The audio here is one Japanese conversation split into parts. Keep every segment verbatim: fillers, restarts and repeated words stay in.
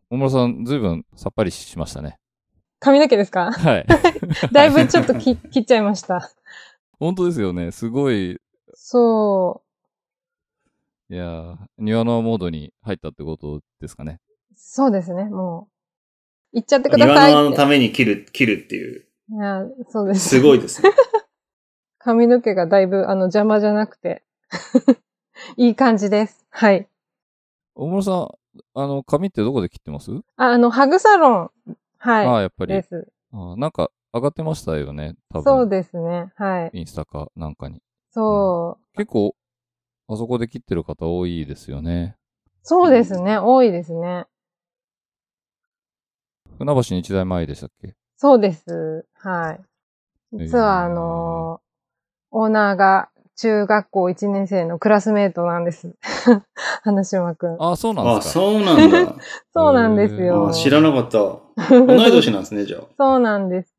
大村さん、ずいぶんさっぱりしましたね。 髪の毛ですか？ はい。 だいぶちょっと切っちゃいました。 本当ですよね。すごい。 そう。 いやー、庭のモードに入ったってことですかね。 そうですね、もう。行っちゃってくださいって。 庭のために切る、切るっていう。 いや、そうです。 すごいですね。 髪の毛がだいぶ、あの、邪魔じゃなくて、いい感じです。はい。 大村さん、あの、髪ってどこで切ってます？ あ、あの、ハグサロン。はい。 ああ、やっぱり。 です。 あなんか、上がってましたよね、多分。 そうですね、はい。 インスタかなんかに。 そう、 うん。結構、あそこで切ってる方多いですよね。 そうですね、うん、多いですね。 船橋日大前でしたっけ？そうです。はい。実は、あのー、オーナーが中学校いちねん生のクラスメートなんです。花島くん。 あ、そうなんですか。 あ、そうなんだ。 そうなんですよ。 あ、知らなかった。同い年なんですね、じゃあ。 そうなんです。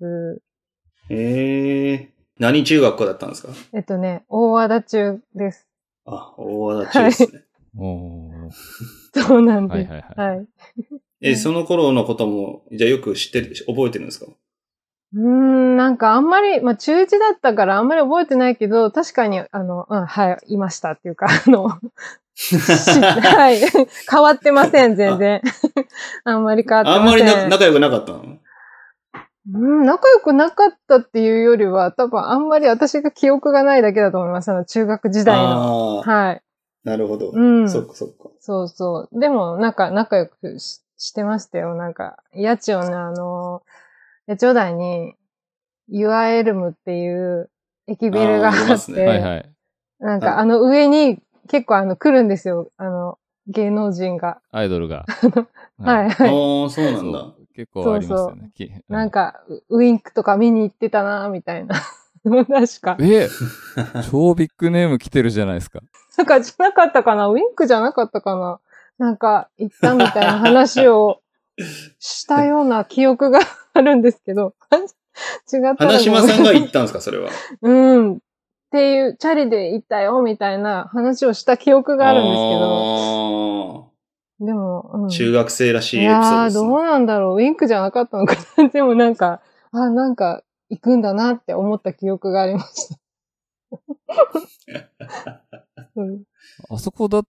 へえ。何中学校だったんですか？ えっとね、大和田中です。 あ、大和田中ですね。 はい、おそうなんです。 はいはいはい。 はい、 え、その頃のことも、じゃあよく知ってる、覚えてるんですか？ うーん、なんかあんまり、まあ中いちだったからあんまり覚えてないけど、確かに、あの、うん、はい、いましたっていうか、あの、はい、変わってません、全然。あんまり変わってません。 あんまりな仲良くなかったの？ うん、仲良くなかったっていうよりは、多分あんまり私が記憶がないだけだと思います。あの、中学時代の。はい。 なるほど。 うん。 そっかそっか。 そうそう。でも、なんか仲良く し, してましたよ。なんか、八千代のあの、八千代台に、ユアエルムっていう駅ビルがあって、 ね、はいはい。 なんかあの上に結構あの来るんですよ。あの、芸能人が。 アイドルが。 はいはい。 ああ、そうなんだ。 結構ありますよね。 そうそう。なんか、ウインクとか見に行ってたなみたいな。確か。 え超ビッグネーム来てるじゃないですか。 なんかじゃなかったかなウインクじゃなかったかななんか、行ったみたいな話をしたような記憶があるんですけど。違ったら。 花島さんが行ったんですか、それは。 うん。っていう、チャリで行ったよ、みたいな話をした記憶があるんですけど。でも、 うん、中学生らしいエピソードです、ね。いやー、どうなんだろう。ウィンクじゃなかったのかな。でもなんか、あ、なんか、行くんだなって思った記憶がありました。 うん、あそこだって、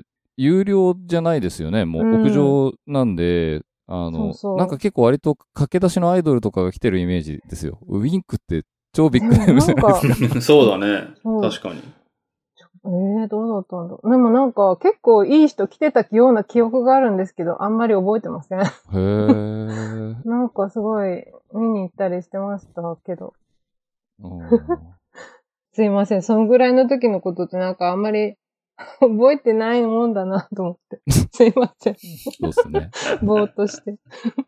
有料じゃないですよね。もう屋上なんで、うん、あのそうそう、なんか結構割と駆け出しのアイドルとかが来てるイメージですよ。ウィンクって超ビッグネームじゃないですか。 そうだね。確かに。 ええー、どうだったんだ。でもなんか結構いい人来てたような記憶があるんですけど、あんまり覚えてません。へー。 なんかすごい見に行ったりしてましたけど。すいません。そのぐらいの時のことってなんかあんまり覚えてないもんだなと思って。すいません。 そうですね。 ぼーっとして。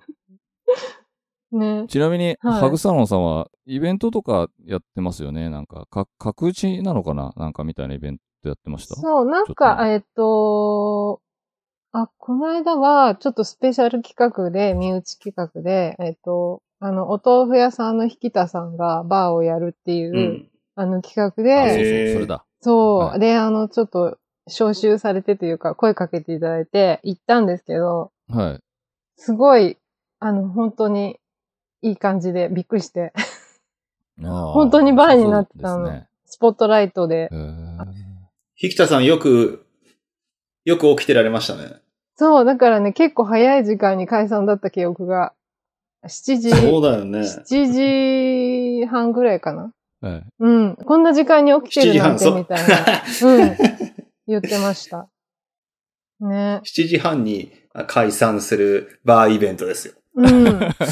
ね。 ちなみに、はい、ハグサロンさんはイベントとかやってますよね。なんか、か、角打ちなのかななんかみたいなイベントやってました？ そう、なんか、えっと、あ、この間は、ちょっとスペシャル企画で、身内企画で、えっと、あの、お豆腐屋さんの引田さんがバーをやるっていう、うん、あの企画で、 あ、そうそう、それだ。 そう、はい、で、あの、ちょっと、招集されてというか、声かけていただいて、行ったんですけど、 はい。 すごい、あの、本当に、いい感じで、びっくりして。本当にバーになってたの。ね、スポットライトで。 引田さんよく、よく起きてられましたね。 そう、だからね、結構早い時間に解散だった記憶が、しちじ、 そうだよね。 しちじはんぐらいかな。 はい。 うん。こんな時間に起きてるなんてみたいな。うん。言ってました。ね。 しちじはんに解散するバーイベントですよ。 うん。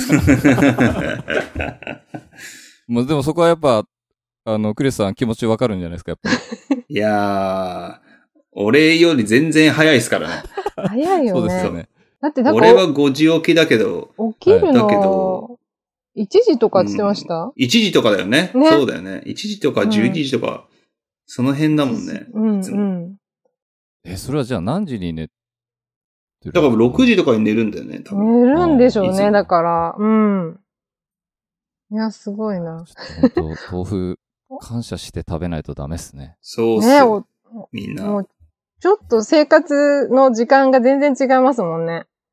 もうでもそこはやっぱ、あの、クリスさん気持ちわかるんじゃないですか、やっぱり。 いやー、俺より全然早いですからね。 早いよね。 そうですよね。 だってだから俺はごじ起きだけど。 起きるの、だけど、いちじとかって言ってました、うん、 いちじとかだよね。ね、そうだよね。いちじとかじゅうにじとか、うん、その辺だもんね。 うんうん。 え、それはじゃあ何時に寝てる？ だからろくじとかに寝るんだよね、多分。 寝るんでしょうね、だから。うん。いや、すごいな。 本当豆腐、感謝して食べないとダメっすね。 そうっすよ。ね、みんな。 もう、ちょっと生活の時間が全然違いますもんね。だ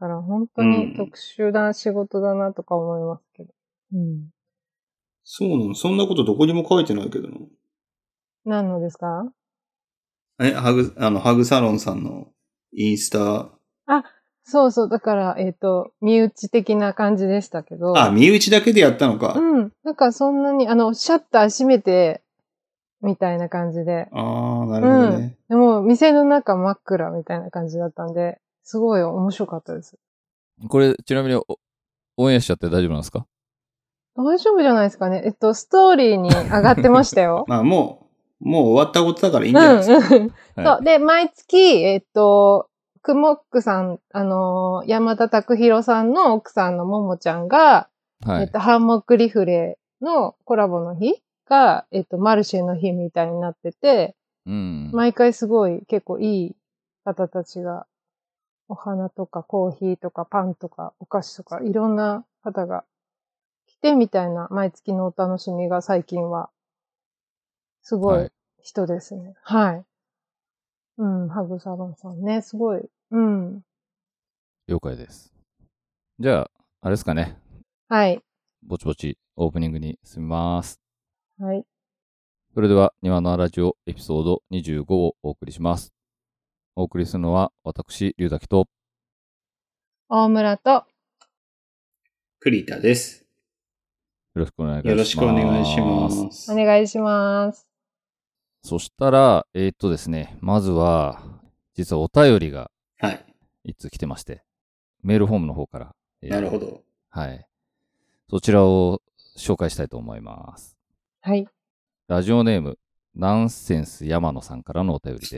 から本当に特殊な仕事だなとか思いますけど。うん。 そうなの？そんなことどこにも書いてないけどな。 何のですか？ え、ハグ、あの、ハグサロンさんのインスタ。 あ、そうそう。だから、えっと、身内的な感じでしたけど。 あ、身内だけでやったのか。 うん。なんかそんなに、あの、シャッター閉めて、みたいな感じで。 ああ、なるほどね。 うん。でも、店の中真っ暗みたいな感じだったんで、すごい面白かったです。 これ、ちなみにオンエアしちゃって大丈夫なんですか？ 大丈夫じゃないですかね。えっと、ストーリーに上がってましたよ。 まあ、もう、もう終わったことだからいいんじゃないですか。うん、 そう。で、毎月、えっと、クモックさん、あのー、山田拓弘さんの奥さんのももちゃんが、はい、えっと、ハンモックリフレのコラボの日が、えっと、マルシェの日みたいになってて、うん、毎回すごい結構いい方たちが、お花とかコーヒーとかパンとかお菓子とかいろんな方が来てみたいな毎月のお楽しみが最近はすごい人ですね。はい。はい、うん、ハグサロンさんね、すごい。うん。 了解です。じゃあ、あれですかね。 はい。 ぼちぼちオープニングに進みます。 はい。 それでは、庭のラジオエピソードにじゅうごをお送りします。お送りするのは、私、龍崎と、 大村と、 栗田です。 よろしくお願いします。 よろしくお願いします。 お願いします。 そしたら、えー、っとですね、まずは、実はお便りが、はい。いつ来てまして、メールフォームの方から。 えー、なるほど。 はい。そちらを紹介したいと思います。 はい。 ラジオネーム、ナンセンス山野さんからのお便りです。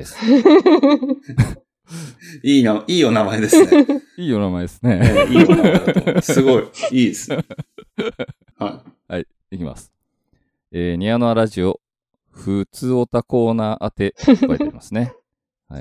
いいな、いいお名前ですね。 いいお名前ですね。 えー、いいお名前だと思う。すごい、いいですね。 はい。はい、いきます。えー、ニアノアラジオ、ふつおたコーナー宛てと書いてありますね。はい。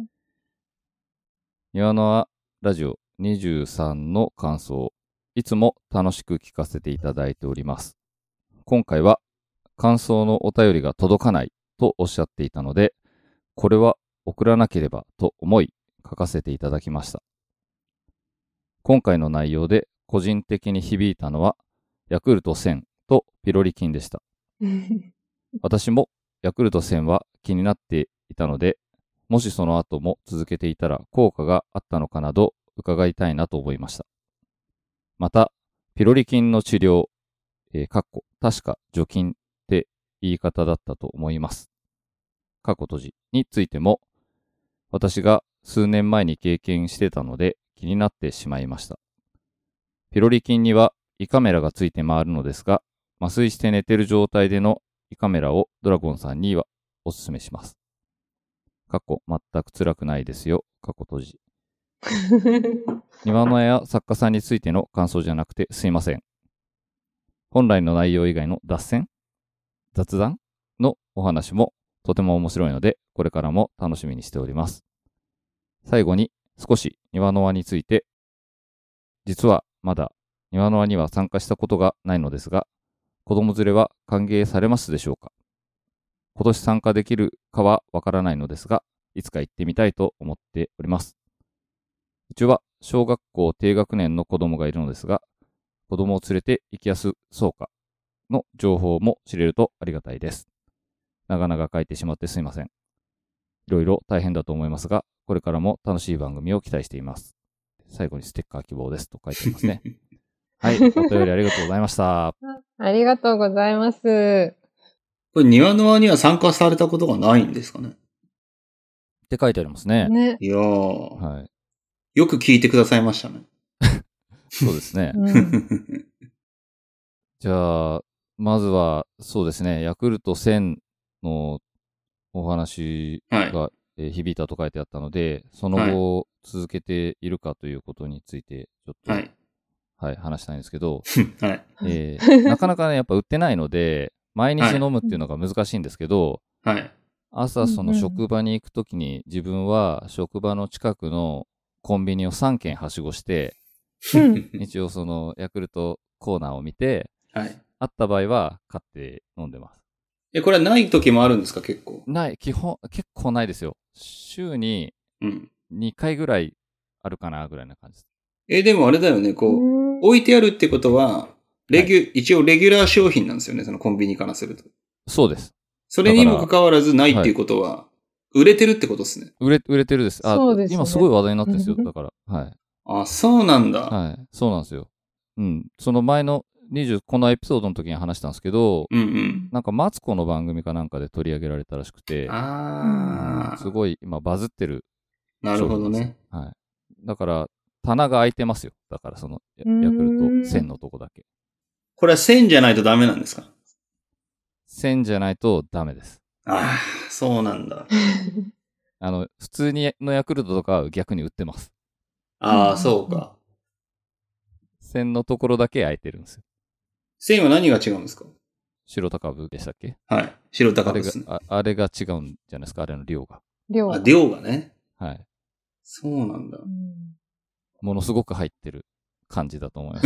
ニアノアラジオにじゅうさんの感想、いつも楽しく聞かせていただいております。今回は、感想のお便りが届かないとおっしゃっていたので、これは送らなければと思い書かせていただきました。今回の内容で個人的に響いたのはヤクルトせんとピロリ菌でした。私もヤクルトせんは気になっていたので、もしその後も続けていたら効果があったのかなど伺いたいなと思いました。また、ピロリ菌の治療、えー、かっこ確か除菌って言い方だったと思います。過去閉じについても、私が数年前に経験してたので気になってしまいました。ピロリ菌には胃カメラがついて回るのですが、麻酔して寝てる状態での胃カメラをドラゴンさんにはおすすめします。過去全く辛くないですよ。過去閉じ。庭のや作家さんについての感想じゃなくてすいません。本来の内容以外の脱線雑談のお話もとても面白いので、これからも楽しみにしております。最後に少し庭の輪について、実はまだ庭の輪には参加したことがないのですが、子供連れは歓迎されますでしょうか？今年参加できるかはわからないのですが、いつか行ってみたいと思っております。うちは小学校低学年の子供がいるのですが、子供を連れて行きやすそうかの情報も知れるとありがたいです。長々書いてしまってすいません。いろいろ大変だと思いますが、これからも楽しい番組を期待しています。最後にステッカー希望ですと書いてありますね。はい、お便りありがとうございました。 ありがとうございます。 これ、庭の輪には参加されたことがないんですかね？ って書いてありますね。 ね。 いやー、はい。よく聞いてくださいましたね。 そうですね。うん、じゃあ、まずは、そうですね、ヤクルトせんのお話が、はいえー、響いたと書いてあったので、その後、続けているかということについて、ちょっと、はい、はい、話したいんですけど、はいえー、なかなかね、やっぱ売ってないので、毎日飲むっていうのが難しいんですけど、はい、朝その職場に行くときに自分は職場の近くのコンビニをさんけんはしごして、一応そのヤクルトコーナーを見て、はい、あった場合は買って飲んでます。 え、これはない時もあるんですか、結構？ ない、基本、結構ないですよ。週ににかいぐらいあるかなぐらいな感じです。 え、でもあれだよね、こう、置いてあるってことは、レギュ、はい、一応レギュラー商品なんですよね、そのコンビニからすると。 そうです。 それにもかかわらずないっていうことは、はい、売れてるってことですね。 売れ、売れてるです。あ、そうですね、今すごい話題になってるんですよ、だから。はい。 あ、そうなんだ。 はい。そうなんですよ。うん。その前のにじゅう、このエピソードの時に話したんですけど、 うんうん。 なんかマツコの番組かなんかで取り上げられたらしくて、 ああ、うん、 すごい今バズってる。 なるほどね。 はい。だから、棚が空いてますよ。だからその、ヤクルトせんのとこだけ。 これはせんじゃないとダメなんですか？ せんじゃないとダメです。 ああ、そうなんだ。 あの、普通にのヤクルトとかは逆に売ってます。 ああ、そうか。 せんのところだけ空いてるんですよ。 せんは何が違うんですか？ 白高部でしたっけ？ はい。白高部ですね。 あれが、あ、あれが違うんじゃないですか、あれの量が。 量。 あ、量がね。 はい。 そうなんだ。 ものすごく入ってる感じだと思います。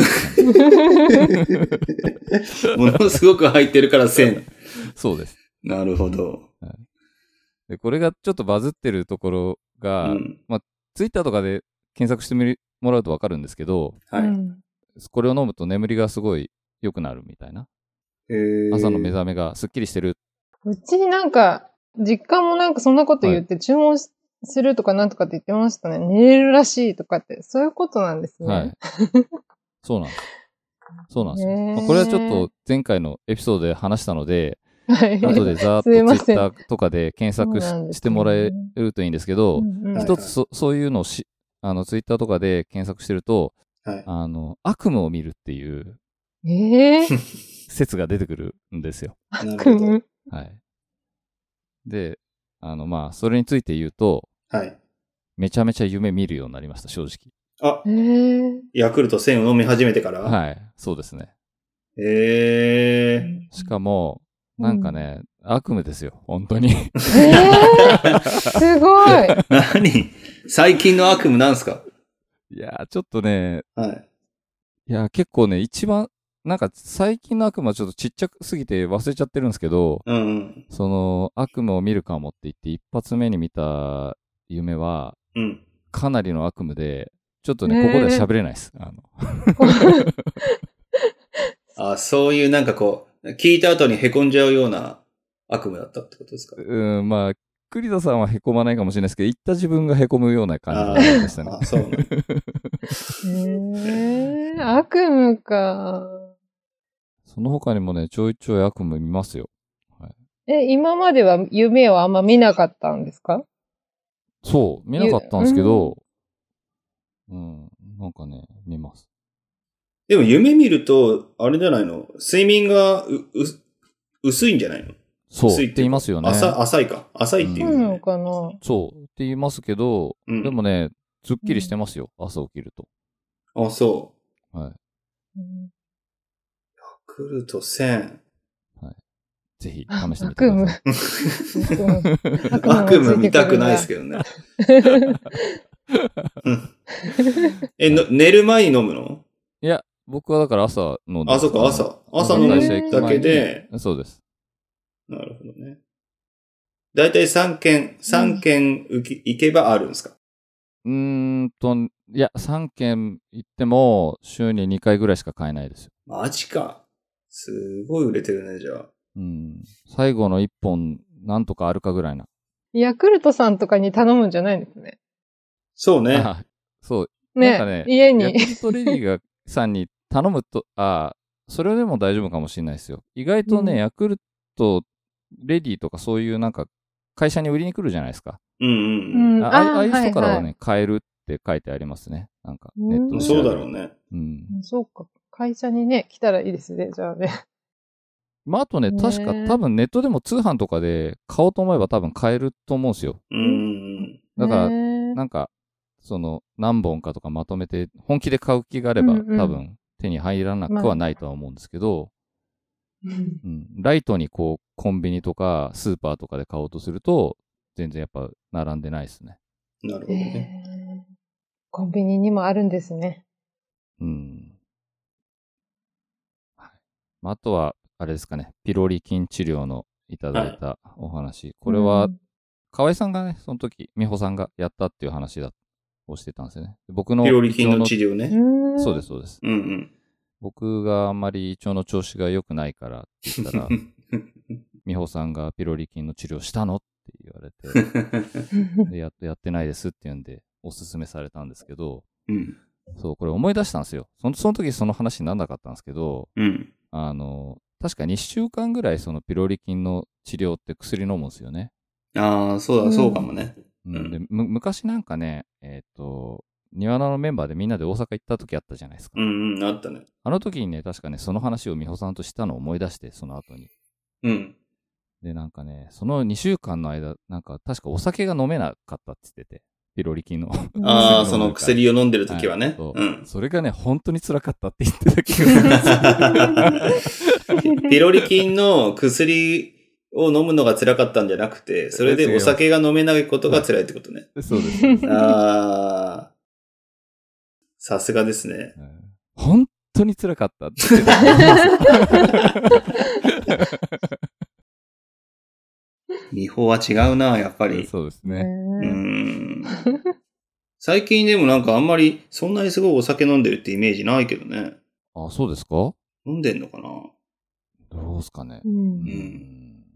ものすごく入ってるからせん。 そうです。 なるほど。 はい、で、これがちょっとバズってるところが、うん、まあ、ツイッターとかで検索してもらうとわかるんですけど、 はい。 これを飲むと眠りがすごい良くなるみたいな。朝の目覚めがすっきりしてる。 うちなんか、実家もなんかそんなこと言って注文するとかなんとかって言ってましたね。はい、寝れるらしいとかって、そういうことなんですね。はい。 そうなんです。そうなんですよ。まあ、これはちょっと前回のエピソードで話したので、はい、後でざーっとツイッターとかで検索 し, ね、してもらえるといいんですけど、うんうん、一つ そ, そういうのをしあのツイッターとかで検索してると、はい、あの悪夢を見るっていう説が出てくるんですよ。 悪夢、 はい。で、あのまあそれについて言うと、 はい、 めちゃめちゃ夢見るようになりました、正直。 あ、ヤクルトせんを飲み始めてから？ はい、そうですね。 へえー。 しかも、なんかね、うん、悪夢ですよ、本当に。えー、すごい。 何？最近の悪夢なんすか？ いや、ちょっとね、 はい。 いや、結構ね、一番、なんか最近の悪夢はちょっとちっちゃすぎて忘れちゃってるんですけど、 うんうん、 その悪夢を見るかもって言って一発目に見た夢は、 うん、 かなりの悪夢で、ちょっとね、えー、ここでは喋れないです。あのあ、そういうなんかこう、聞いた後に凹んじゃうような悪夢だったってことですか？ うん、まあ、栗田さんは凹まないかもしれないですけど、言った自分が凹むような感じでしたね。 ああ、そうなんだ。 へえー、悪夢か。 その他にもね、ちょいちょい悪夢見ますよ。はい、 え、今までは夢をあんま見なかったんですか？ そう、見なかったんですけど、うん、うん、なんかね、見ます。 でも夢見ると、あれじゃないの？睡眠がうう薄いんじゃないの？ そうって言いますよね。 浅、浅いか。浅いっていう、ね。 そうなのかな？ そうって言いますけど、うん、でもね、すっきりしてますよ、うん、朝起きると。 あ、そう。 はい。 ヤクルトせん。 はい。ぜひ試してみてください。 悪夢。悪夢見たくないですけどね。えの、寝る前に飲むの？ いや、僕はだから朝飲んで。 あ、そうか、朝。朝飲むだけで。 そうです。 なるほどね。だいたいさんけん、さんけん行けばあるんですか？ うーんと、いや、さんけん行っても週ににかいぐらいしか買えないですよ。 マジか。すごい売れてるね、じゃあ。 うん。最後のいっぽん、なんとかあるかぐらいな。 ヤクルトさんとかに頼むんじゃないんですね。 そうね。 あ、そう。 ね、 なんかね、 家に。 ヤクルトレディがさんに頼むと、あ、それでも大丈夫かもしれないですよ。意外とね、うん、ヤクルトレディとかそういうなんか会社に売りに来るじゃないですか。 うんうんうん。 あああいう人からはね、はいはい、買えるって書いてありますね。なんかネットで。 そうだろうね。 うん。 そうか。会社にね、来たらいいですね、じゃあね。 まあ、あとね、確か多分ネットでも通販とかで買おうと思えば多分買えると思うんですよ。 うん。 だから、なんか、その何本かとかまとめて本気で買う気があれば、うんうん、多分手に入らなくはないとは思うんですけど、まあうん、ライトにこうコンビニとかスーパーとかで買おうとすると全然やっぱ並んでないですね。 なるほどね。 コンビニにもあるんですね。 うん。はい。あとはあれですかね、ピロリ菌治療のいただいたお話。はい、これは、うん、河合さんがね、その時、美穂さんがやったっていう話だをしてたんですよね。僕のピロリ菌の治療ね。 そうです、そうです。 うんうん。 僕があんまり胃腸の調子が良くないからって言ったら、美穂さんがピロリ菌の治療したのって言われて、でやっやってないですって言うんで、おすすめされたんですけど、 うん、 そう、これ思い出したんですよ。そのその時その話にならなかったんですけど、 うん、 あの、確かにしゅうかんぐらいそのピロリ菌の治療って薬飲むんですよね。 ああ、そうだ、そうかもね。 うん、でむ昔なんかね、えっ、ー、と、庭菜のメンバーでみんなで大阪行った時あったじゃないですか。 うんうん、あったね。 あの時にね、確かね、その話を美穂さんとしたのを思い出して、その後に。 うん。 で、なんかね、そのにしゅうかんの間、なんか確かお酒が飲めなかったって言ってて、ピロリ菌の。 ああ、その薬を飲んでる時はね、はい、 そう、 うん。 それがね、本当に辛かったって言ってた気がする。ピロリ菌の薬を飲むのが辛かったんじゃなくて、それでお酒が飲めないことが辛いってことね。 そうです。 ああ、さすがですね。 本当に辛かったって言ってた。 美穂は違うな、やっぱり。 そうですね。 うーん。最近でもなんかあんまりそんなにすごいお酒飲んでるってイメージないけどね。 あ、そうですか？ 飲んでんのかな？ どうすかね。 うん。うん。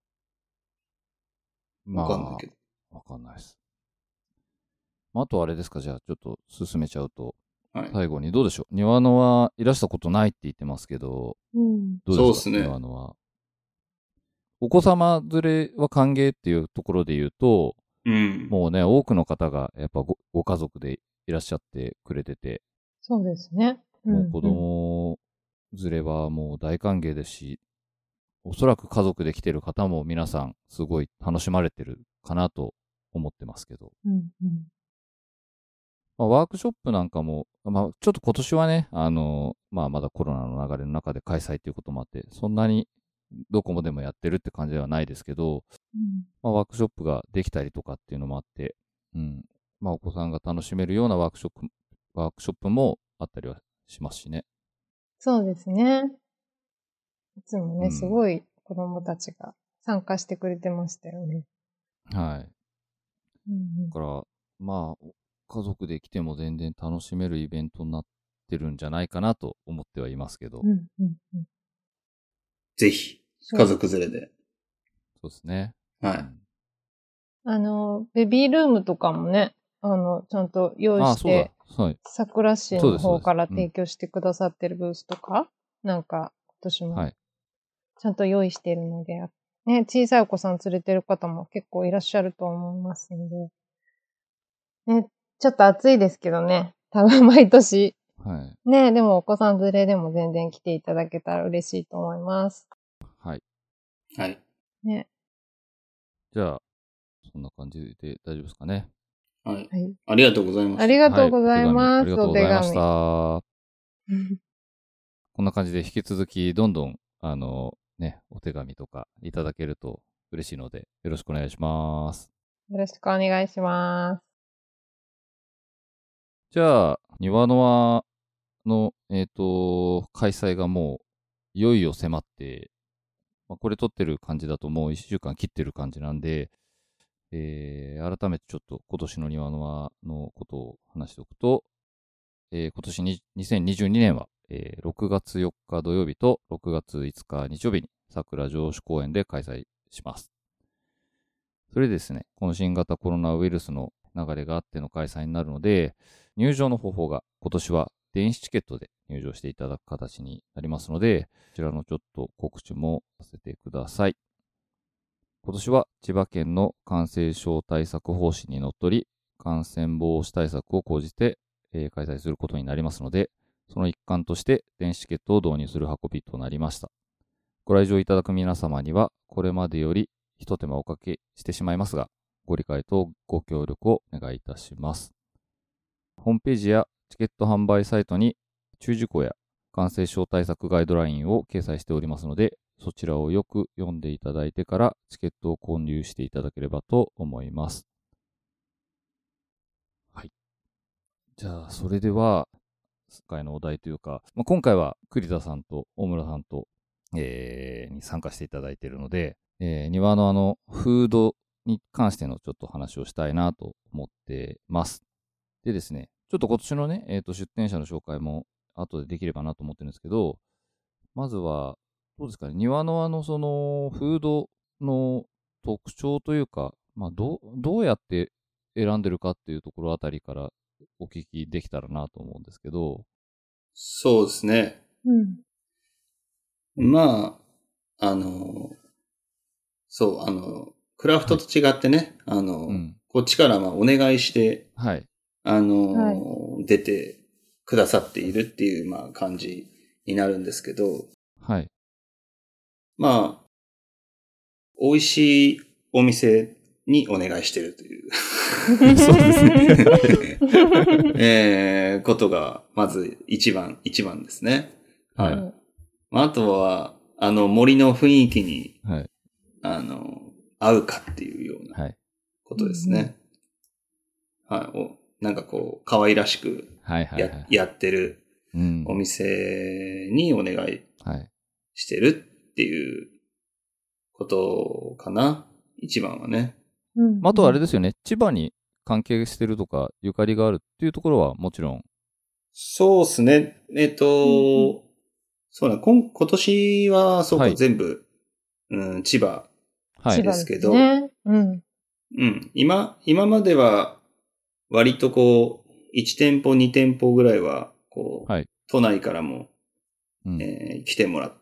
まあ、 わかんないけど。 わかんないです。あとあれですか、じゃあちょっと進めちゃうと。はい、最後にどうでしょう。庭野はいらしたことないって言ってますけど、 うん、 どうですか？そうですね。庭野は。お子様連れは歓迎っていうところで言うと、 うん、 もうね、多くの方がやっぱ ご, ご家族でいらっしゃってくれてて。 そうですね。 うん、もう子供連れはもう大歓迎ですし、おそらく家族で来てる方も皆さんすごい楽しまれてるかなと思ってますけど。 うんうん、 まあ、ワークショップなんかも、まあ、ちょっと今年はね、あの、まあ、まだコロナの流れの中で開催ということもあって、そんなにどこもでもやってるって感じではないですけど、うん、まあ、ワークショップができたりとかっていうのもあって、うん、まあ、お子さんが楽しめるようなワークショップ、ワークショップもあったりはしますしね。 そうですね。いつもね、うん、すごい子供たちが参加してくれてましたよね。 はい。 うんうん、 だから、まあ、家族で来ても全然楽しめるイベントになってるんじゃないかなと思ってはいますけど。 うんうんうん、 ぜひ、家族連れで。 そうですね。 はい。 あの、ベビールームとかもね、あの、ちゃんと用意して、 はい、 桜市の方から提供してくださってるブースとか、うん、なんか、今年も、ちゃんと用意しているので、はい、ね、小さいお子さん連れてる方も結構いらっしゃると思いますので、ね、ちょっと暑いですけどね、多分毎年。 はい。 ね、でもお子さん連れでも全然来ていただけたら嬉しいと思います。 はい。 はい。 ね。 じゃあ、そんな感じで大丈夫ですかね。 はい。はい、ありがとうございました。 ありがとうございます。 はい、ありがとうございました。こんな感じで引き続きどんどん、あの、ね、お手紙とかいただけると嬉しいので、よろしくお願いします。 よろしくお願いします。 じゃあ、庭の輪の、えっと、開催がもう、いよいよ迫って、まあ、これ撮ってる感じだともういっしゅうかん切ってる感じなんで、えー、改めてちょっと今年の庭の輪のことを話しておくと、えー、今年ににせんにじゅうにねんは、えー、ろくがつよっか土曜日とろくがついつか日曜日に桜城址公園で開催します。それでですね、この新型コロナウイルスの流れがあっての開催になるので、入場の方法が今年は電子チケットで入場していただく形になりますので、こちらのちょっと告知もさせてください。今年は千葉県の感染症対策方針にのっとり、感染防止対策を講じて、えー、開催することになりますので、その一環として電子チケットを導入する運びとなりました。ご来場いただく皆様には、これまでより一手間おかけしてしまいますが、ご理解とご協力をお願いいたします。ホームページやチケット販売サイトに注意事項や感染症対策ガイドラインを掲載しておりますので、そちらをよく読んでいただいてからチケットを購入していただければと思います。はい。じゃあ、それでは、今回のお題というか、まあ、今回は栗田さんと大村さんと、えー、に参加していただいているので、えー、庭のあの、フードに関してのちょっと話をしたいなと思ってます。 でですね、ちょっと今年のね、えっと、出店者の紹介も後でできればなと思ってるんですけど、まずは、どうですかね、庭のあの、その、フードの特徴というか、まあ、どう、どうやって選んでるかっていうところあたりからお聞きできたらなと思うんですけど。 そうですね。 うん。 まあ、あの、そう、あの、クラフトと違ってね、はい、あの、うん、こっちからまあお願いして、 はい。 あの、はい、出てくださっているっていうまあ感じになるんですけど、 はい。 まあ、美味しいお店にお願いしてるというそうですね。えー、ことが、まず一番、一番ですね。はい。まあ、あとは、あの、森の雰囲気に、はい、あの、合うかっていうようなことですね。はい。はい、おなんかこう、可愛らしくや、はいはいはい、やってるお店にお願いしてるっていうことかな。一番はね。 うん、あとはあれですよね。千葉に関係してるとか、ゆかりがあるっていうところはもちろん。 そうですね。えっと、うん、そうだ、今、今年は、そうか、はい、全部、うん、千葉ですけど、はい、 ね、うん。 うん。今、今までは、割とこう、いち店舗、に店舗ぐらいは、こう、はい、都内からも、うんえー、来てもらって、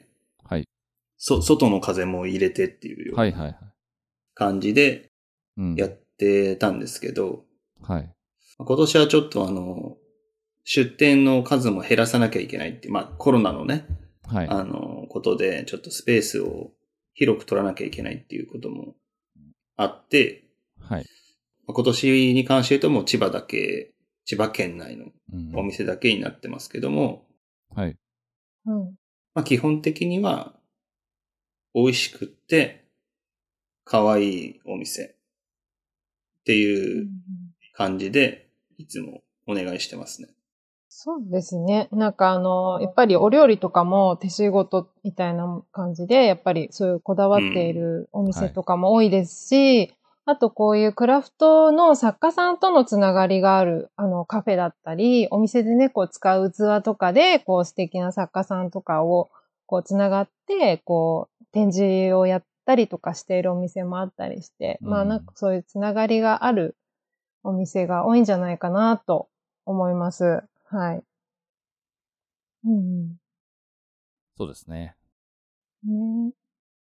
はい。そ、外の風も入れてっていうような感じでやってたんですけど、はい。今年はちょっとあの、出店の数も減らさなきゃいけないって、まあコロナのね、はい。あの、ことで、ちょっとスペースを広く取らなきゃいけないっていうこともあって、はい。今年に関して言うともう千葉だけ、千葉県内のお店だけになってますけども、うん、はい。うん。まあ基本的には、美味しくって、可愛いお店っていう感じで、いつもお願いしてますね。 そうですね。なんかあの、やっぱりお料理とかも手仕事みたいな感じで、やっぱりそういうこだわっているお店とかも多いですし、うんはい、あとこういうクラフトの作家さんとのつながりがあるあのカフェだったり、お店でね、こう使う器とかで、こう素敵な作家さんとかをこうつながって、こう展示をやったりとかしているお店もあったりして、うん、まあなんかそういうつながりがあるお店が多いんじゃないかなと思います。はい。うん。 そうですね。 ね。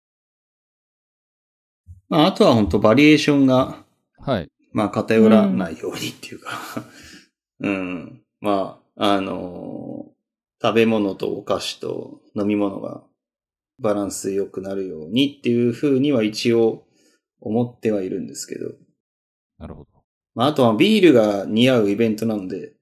まあ、あとは本当バリエーションが、 はい。 まあ、偏らないようにっていうか、うん、うん。まあ、あのー、食べ物とお菓子と飲み物がバランス良くなるようにっていうふうには一応思ってはいるんですけど。 なるほど。 まあ、あとはビールが似合うイベントなので。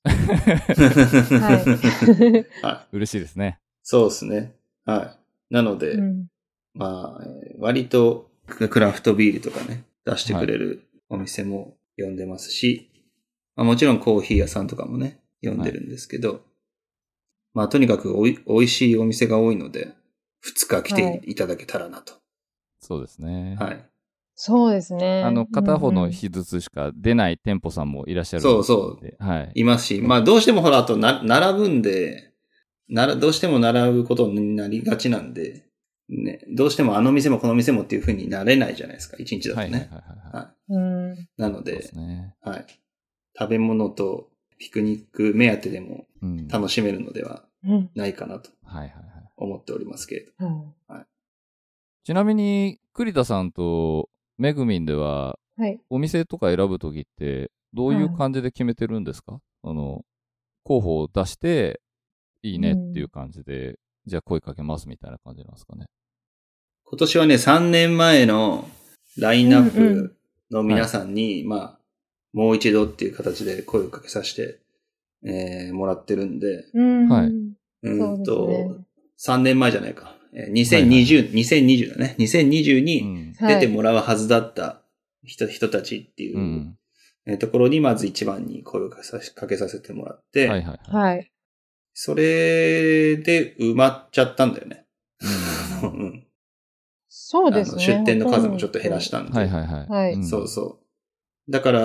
はい。はい。嬉しいですね。 そうですね。はい。なので、うん、まあ、割とクラフトビールとかね、出してくれるお店も呼んでますし、はいまあ、もちろんコーヒー屋さんとかもね、呼んでるんですけど、はい、まあとにかくおい、おいしいお店が多いので、二日来ていただけたらなと。はい、 そうですね。 はい。 そうですね。 あの、片方の日ずつしか出ない店舗さんもいらっしゃるので。そうそう。はい。いますし、まあどうしてもほら、あとな、並ぶんで、なら、どうしても並ぶことになりがちなんで、ね、どうしてもあの店もこの店もっていう風になれないじゃないですか、一日だとね。はいはいはい、はい。うん。なので、ですね、はい。食べ物とピクニック目当てでも楽しめるのではないかなと思っておりますけれど。うんはい、 ちなみに、栗田さんとめぐみんでは、はい、お店とか選ぶときってどういう感じで決めてるんですか、うん、あの、候補を出して、いいねっていう感じで、うん、じゃあ声かけますみたいな感じなんですかね。 今年はね、さんねんまえのラインナップの皆さんに、うんうんはい、まあ、もう一度っていう形で声をかけさせて、えー、もらってるんで、 うん、はい。 うんと、ね、さんねんまえじゃないか。にせんにじゅう、はいはい、にせんにじゅうだね。にせんにじゅうに出てもらうはずだった人、人たちっていう、うん、ところにまず一番に声をかけさせてもらって、 はいはいはい。 それで埋まっちゃったんだよね。うん、 そうですね。 出店の数もちょっと減らしたんで。 はいはいはい。 そうそう。だから、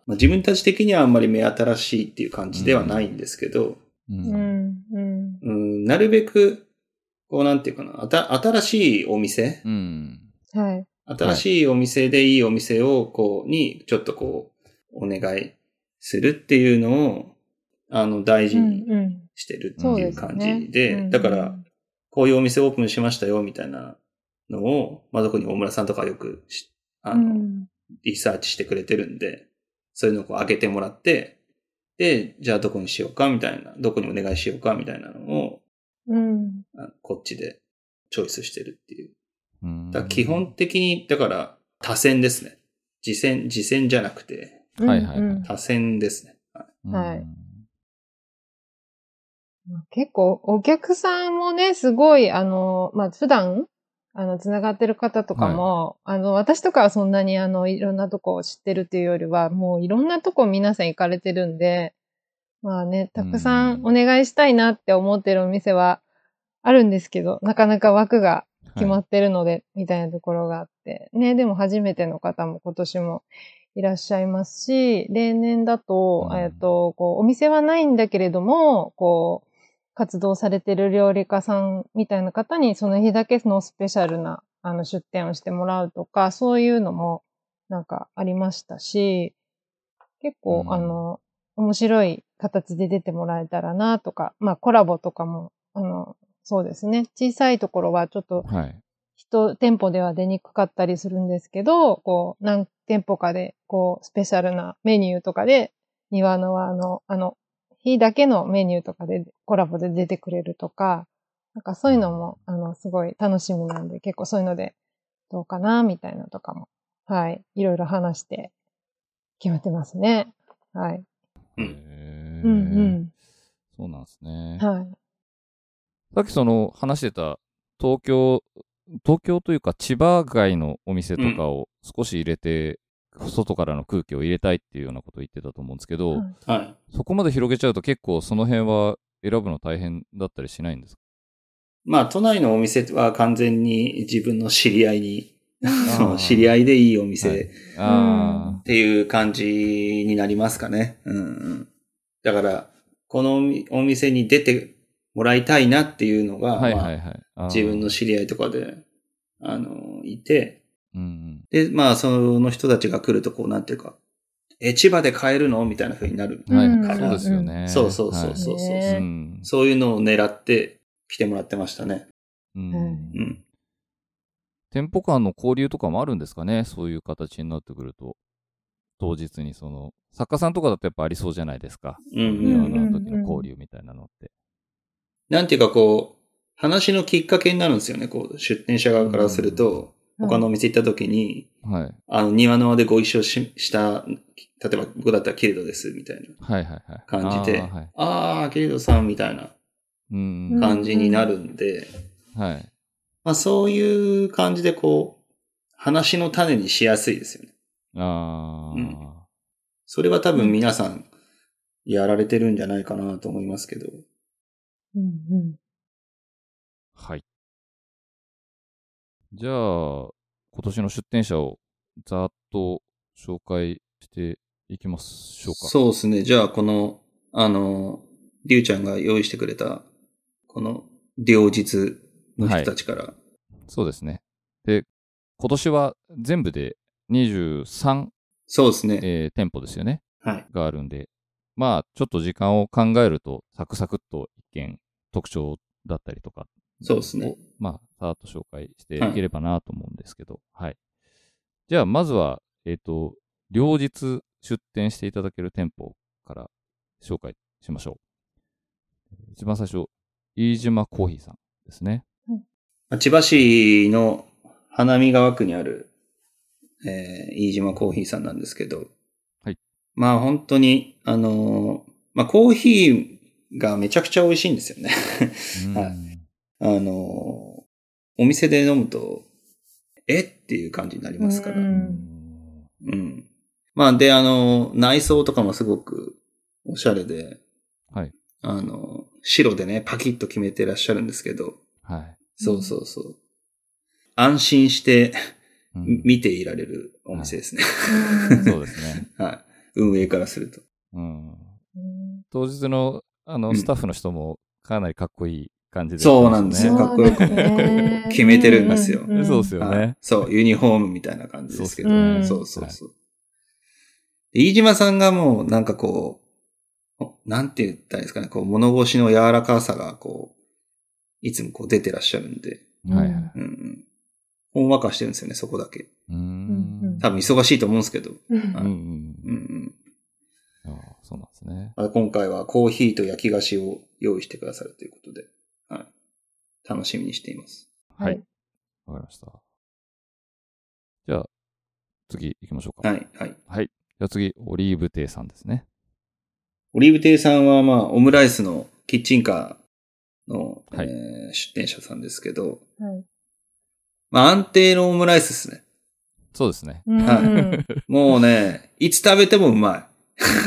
まあ、自分たち的にはあんまり目新しいっていう感じではないんですけど、 うんうんうん、なるべく、こうなんていうかな、あた新しいお店、 うん、 はい、 新しいお店でいいお店を、こう、に、ちょっとこう、お願いするっていうのを、あの、大事にしてるっていう感じで、 うんうん、 だから、こういうお店オープンしましたよ、みたいなのを、まあ、特に大村さんとかよく、あの、うん、リサーチしてくれてるんで、そういうのをこう上げてもらって、で、じゃあどこにしようか、みたいな、どこにお願いしようか、みたいなのを、 うん、 こっちでチョイスしてるっていう。だ基本的に、だから、多選ですね。次戦、次戦じゃなくて、 はいはいはい。 多選ですね。 はい。結構、お客さんもね、すごい、あの、まあ、普段、あの、つながってる方とかも、はい、あの、私とかはそんなに、あの、いろんなとこを知ってるっていうよりは、もういろんなとこ皆さん行かれてるんで、まあね、たくさんお願いしたいなって思ってるお店はあるんですけど、なかなか枠が決まってるので、はい、みたいなところがあって。ね、でも初めての方も今年もいらっしゃいますし、例年だと、えっと、こう、お店はないんだけれども、こう、活動されてる料理家さんみたいな方にその日だけのスペシャルなあの出店をしてもらうとか、そういうのもなんかありましたし、結構、あの、面白い形で出てもらえたらなとか、まあコラボとかも、あの、そうですね。小さいところはちょっと、一店舗では出にくかったりするんですけど、こう、何店舗かで、こう、スペシャルなメニューとかで、庭のあの、あの、日だけのメニューとかでコラボで出てくれるとか、なんかそういうのも、あの、すごい楽しみなんで、結構そういうのでどうかな、みたいなとかも、はい、いろいろ話して決まってますね。はい。 へー。うんうん。そうなんですね。 はい。 さっきその話してた東京、東京というか千葉街のお店とかを少し入れて、外からの空気を入れたいっていうようなことを言ってたと思うんですけど、 はい、 そこまで広げちゃうと結構その辺は選ぶの大変だったりしないんですか？ まあ、都内のお店は完全に自分の知り合いに、知り合いでいいお店、はい、あっていう感じになりますかね。うんうん、だから、このお店に出てもらいたいなっていうのが、はいはいはい、まあ、自分の知り合いとかで、あの、いて、うんうん、で、まあ、その人たちが来ると、こう、なんていうか、え、千葉で買えるのみたいな風になるから、はい。 そうですよね。 そうそうそうそうそう、はい、そういうのを狙って来てもらってましたね。 うんうん、店舗間の交流とかもあるんですかね、そういう形になってくると。当日にその、作家さんとかだとやっぱありそうじゃないですか。うんうんうん、うん。の時の交流みたいなのって。 なんていうかこう、話のきっかけになるんですよね。こう、出店者側からすると、うん、他のお店行った時に、はい、あの、庭の輪でご一緒 し, した、例えば僕だったらケイドです、みたいな感じで、はいはいはい、ああ、ケイドさんみたいな感じになるんで、うんうん、はい。まあそういう感じでこう、話の種にしやすいですよね。ああ、うん。それは多分皆さんやられてるんじゃないかなと思いますけど。 うんうん。 はい。じゃあ、今年の出店者をざっと紹介していきましょうか。 そうですね。じゃあ、この、あの、りゅうちゃんが用意してくれた、この、両日の人たちから、はい。 そうですね。で、今年は全部でにじゅうさん、 そうですね。 えー、店舗ですよね。 はい。 があるんで、まあ、ちょっと時間を考えると、サクサクっと一見特徴だったりとか、 そうですね。 まあ、さーっと紹介していければなと思うんですけど、はい。はい、じゃあ、まずは、えっ、ー、と、両日出店していただける店舗から紹介しましょう。一番最初、飯島コーヒーさんですね。 うん、千葉市の花見川区にある、えー、飯島コーヒーさんなんですけど、はい。まあ本当に、あのー、まあコーヒーがめちゃくちゃ美味しいんですよね。はい。あのー、お店で飲むと、えっていう感じになりますから。うん。うん。まあで、あのー、内装とかもすごくおしゃれで、はい。あのー、白でね、パキッと決めてらっしゃるんですけど、はい。そうそうそう。安心して、見ていられるお店ですね。 はい、そうですね。 はい。 運営からすると。 うん。当日の、あの、スタッフの人もかなりかっこいい感じで、ね、 そうなんですよ。かっこよくね、こう決めてるんですよ。 うんうん、そうですよね、はい。 そう、ユニフォームみたいな感じですけど、ね、そうそうそう。はい、飯島さんがもうなんかこう、なんて言ったらいいですかね、こう物腰の柔らかさがこう、いつもこう出てらっしゃるんで、 はいはい。 うんうん、ほんわかしてるんですよね、そこだけ。 うん。 多分忙しいと思うんですけど。 うんうん。うんうんああそうなんですね。 今回はコーヒーと焼き菓子を用意してくださるということで、はい、楽しみにしています。 はい。わかりました。じゃあ、次行きましょうか。 はい、はい。 はい。じゃあ次、オリーブ亭さんですね。 オリーブ亭さんは、まあ、オムライスのキッチンカーの、はい、えー、出店者さんですけど、はい、まあ、安定のオムライスですね。 そうですね。 はい。もうね、いつ食べてもうまい。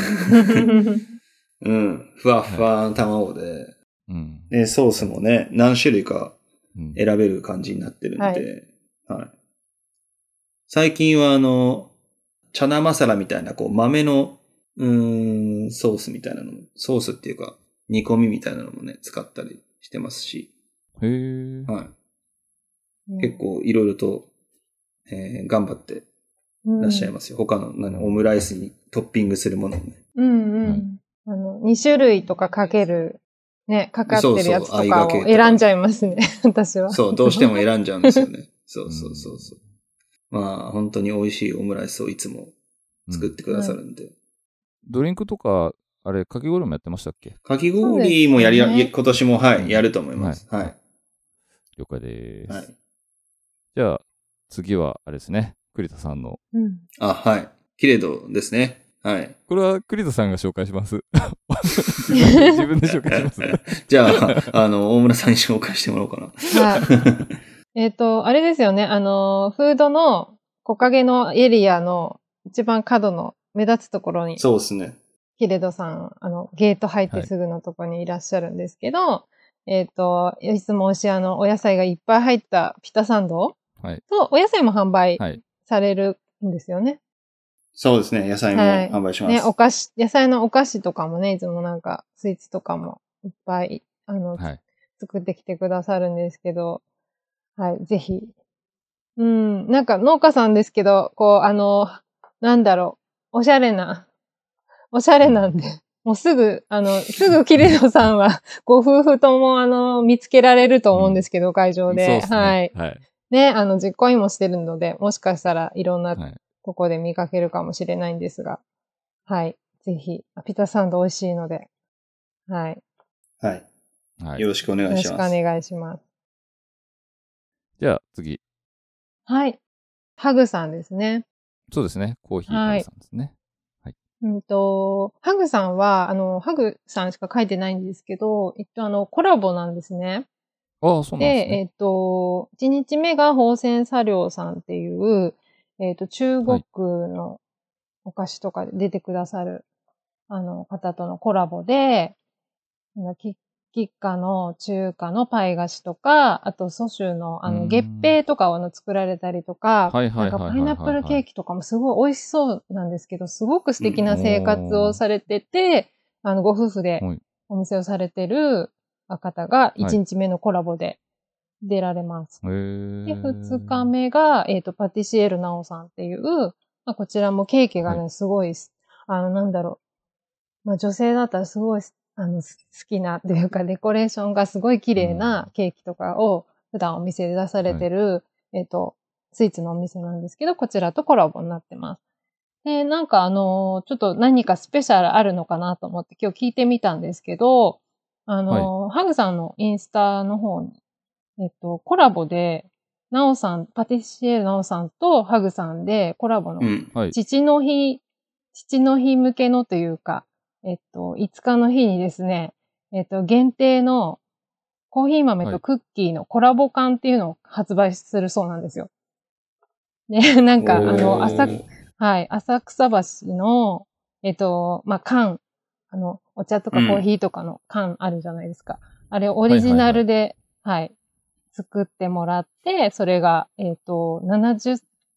うん。ふわふわの卵で、はいうん、で、ソースもね、何種類か選べる感じになってるんで、はいはい、最近はあの、チャナマサラみたいなこう豆の、うーん、ソースみたいなのも、ソースっていうか煮込みみたいなのもね、使ったりしてますし。 へー。 はい。うん、結構いろいろと、えー、頑張ってらっしゃいますよ。うん、他の何オムライスにトッピングするものをね。 うんうん。はい、あの、に種類とかかける、ね、かかってるやつとかを選んじゃいますね、私は。 そう、どうしても選んじゃうんですよね。そうそうそうそう。まあ、本当に美味しいオムライスをいつも作ってくださるんで。うんはい、 ドリンクとか、あれ、かき氷もやってましたっけ？ かき氷もやり、ね、今年も、はい、うん、やると思います。はい。はい、 了解です。 はい。 じゃあ、次は、あれですね。栗田さんの。 うん、 あ、はい。キレドですね。はい。 これは栗田さんが紹介します。自, 分で自分で紹介します、ね。 じゃあ、あの、大村さんに紹介してもらおうかな。 はい。えっと、あれですよね。あの、フードの木陰のエリアの一番角の目立つところに。 そうですね。 キレドさん、あの、ゲート入ってすぐのところにいらっしゃるんですけど、はい、えっと、いつもおしあの、お野菜がいっぱい入ったピタサンドと、お野菜も販売されるんですよね。はいそうですね。野菜も販売します。 はい、ね、お菓子、野菜のお菓子とかもね、いつもなんか、スイーツとかもいっぱい、あの、はい、作ってきてくださるんですけど、はい、ぜひ。うん、なんか農家さんですけど、こう、あの、なんだろう、おしゃれな、おしゃれなんで、もうすぐ、あの、すぐキレドさんは、ご夫婦とも、あの、見つけられると思うんですけど、うん、会場で。そうですね。はい。はい。ね、あの、実行委員もしてるので、もしかしたらいろんな、はいここで見かけるかもしれないんですが。はい。ぜひ。ピタサンド美味しいので。はい。 はい。はい、よろしくお願いします。 よろしくお願いします。 じゃあ次。 はい。ハグさんですね。 そうですね。コーヒーハグさんですね。はい。 うんと、ハグさんは、あの、ハグさんしか書いてないんですけど、えっと、あの、コラボなんですね。 ああ、そうなんですね。 で、えっと、いちにちめが宝泉茶寮さんっていう、えっと、中国のお菓子とかで出てくださる、はい、あの、方とのコラボで、吉華の中華のパイ菓子とか、あと蘇州のあの月餅とかを作られたりとか、なんかパイナップルケーキとかもすごい美味しそうなんですけど、すごく素敵な生活をされてて、あの、ご夫婦でお店をされてる方がいちにちめのコラボで出られます。はい、で、ふつかめが、えっと、パティシエルナオさんっていう、まあ、こちらもケーキがね、すごい、あの、なんだろう。まあ、女性だったらすごい、あの、好きなっていうか、デコレーションがすごい綺麗なケーキとかを普段お店で出されてる、はい、えっと、スイーツのお店なんですけど、こちらとコラボになってます。で、なんかあの、ちょっと何かスペシャルあるのかなと思って今日聞いてみたんですけど、あの、はい、ハグさんのインスタの方に、えっと、コラボで、ナオさん、パティシエナオさんとハグさんでコラボの、父の日、うんはい、父の日向けのというか、えっと、いつかの日にですね、えっと、限定のコーヒー豆とクッキーのコラボ缶っていうのを発売するそうなんですよ。ね、なんか、あの、浅、はい、浅草橋の、えっと、まあ、缶、あの、お茶とかコーヒーとかの缶あるじゃないですか。うん、あれオリジナルで、はい、はいはい、作ってもらって、それが、えっと、ななじゅっ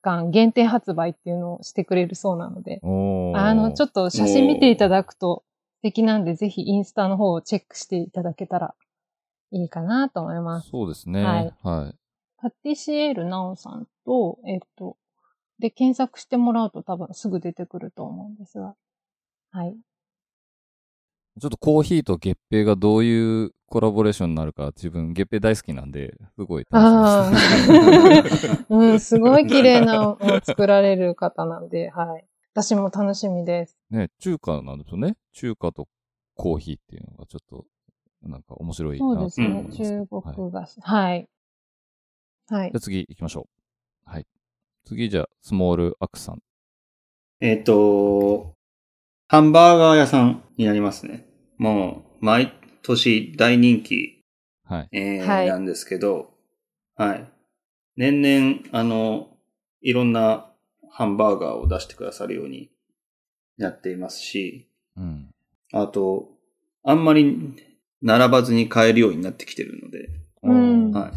間限定発売っていうのをしてくれるそうなので、あの、ちょっと写真見ていただくと素敵なんで、ぜひインスタの方をチェックしていただけたらいいかなと思います。 そうですね。 はい。 はい。 パティシエールナオさんと、えっと、で、検索してもらうと多分すぐ出てくると思うんですが。はい。 ちょっとコーヒーと月餅がどういうコラボレーションになるか、自分月餅大好きなんで、すごい楽しみです。 うん、すごい綺麗なを作られる方なんで、はい。私も楽しみです。 ね、中華なんですよね。中華とコーヒーっていうのがちょっと、なんか面白いなと思います。 そうですね。中国菓子。はい。はい。 じゃあ次行きましょう。はい。次じゃあ、スモールアクさん。 えっと、ハンバーガー屋さんになりますね。もう、毎年大人気、 はい。 えーはい、 なんですけど、はい。年々、あの、いろんなハンバーガーを出してくださるようになっていますし、 うん。 あと、あんまり並ばずに買えるようになってきてるので、 うん。 はい。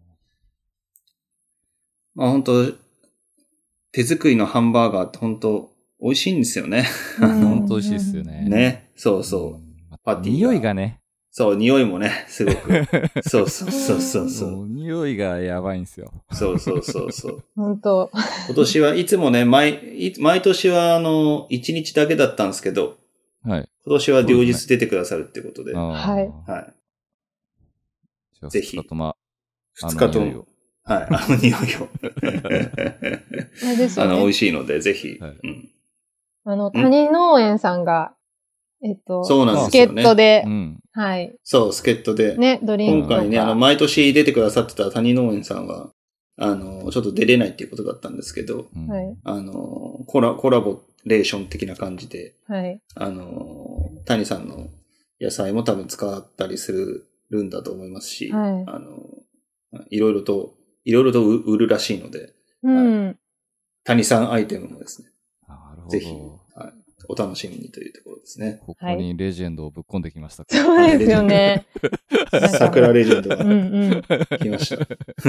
まあ本当手作りのハンバーガーって本当美味しいんですよね。 本当美味しいですよね。 ね。そうそう。 パティ匂いがね。 そう、匂いもね、すごく。そうそうそうそうそう。 匂いがやばいんですよ。 そうそうそうそう。 本当。 今年はいつもね、毎、毎年はあの、一日だけだったんですけど、 はい。 今年は両日出てくださるってことで。でね、 はい。 はい。 ぜひ。二日とま、 二日とも。はい、あの匂いを。 あれですよね。 あの、美味しいので、ぜひ。 はい、 うん、 あの、谷農園さんが、えっと、 そうなんですよね。 助っ人で、 うん、 はい。 そう、助っ人で。 ね、ドリンクとか。 今回ね、あの、毎年出てくださってた谷農園さんは、あの、ちょっと出れないっていうことだったんですけど、 うん、 はい。 あの、コラ、コラボレーション的な感じで、 はい。 あの、谷さんの野菜も多分使ったりするんだと思いますし、 はい。 あの、いろいろと、いろいろと売るらしいので、 うん。 はい、谷さんアイテムもですね、 なるほど。 ぜひ、はい、お楽しみにというところですね。 ここにレジェンドをぶっ込んできましたか。そうですよね。 桜レジェンドがうんうん、 来ました。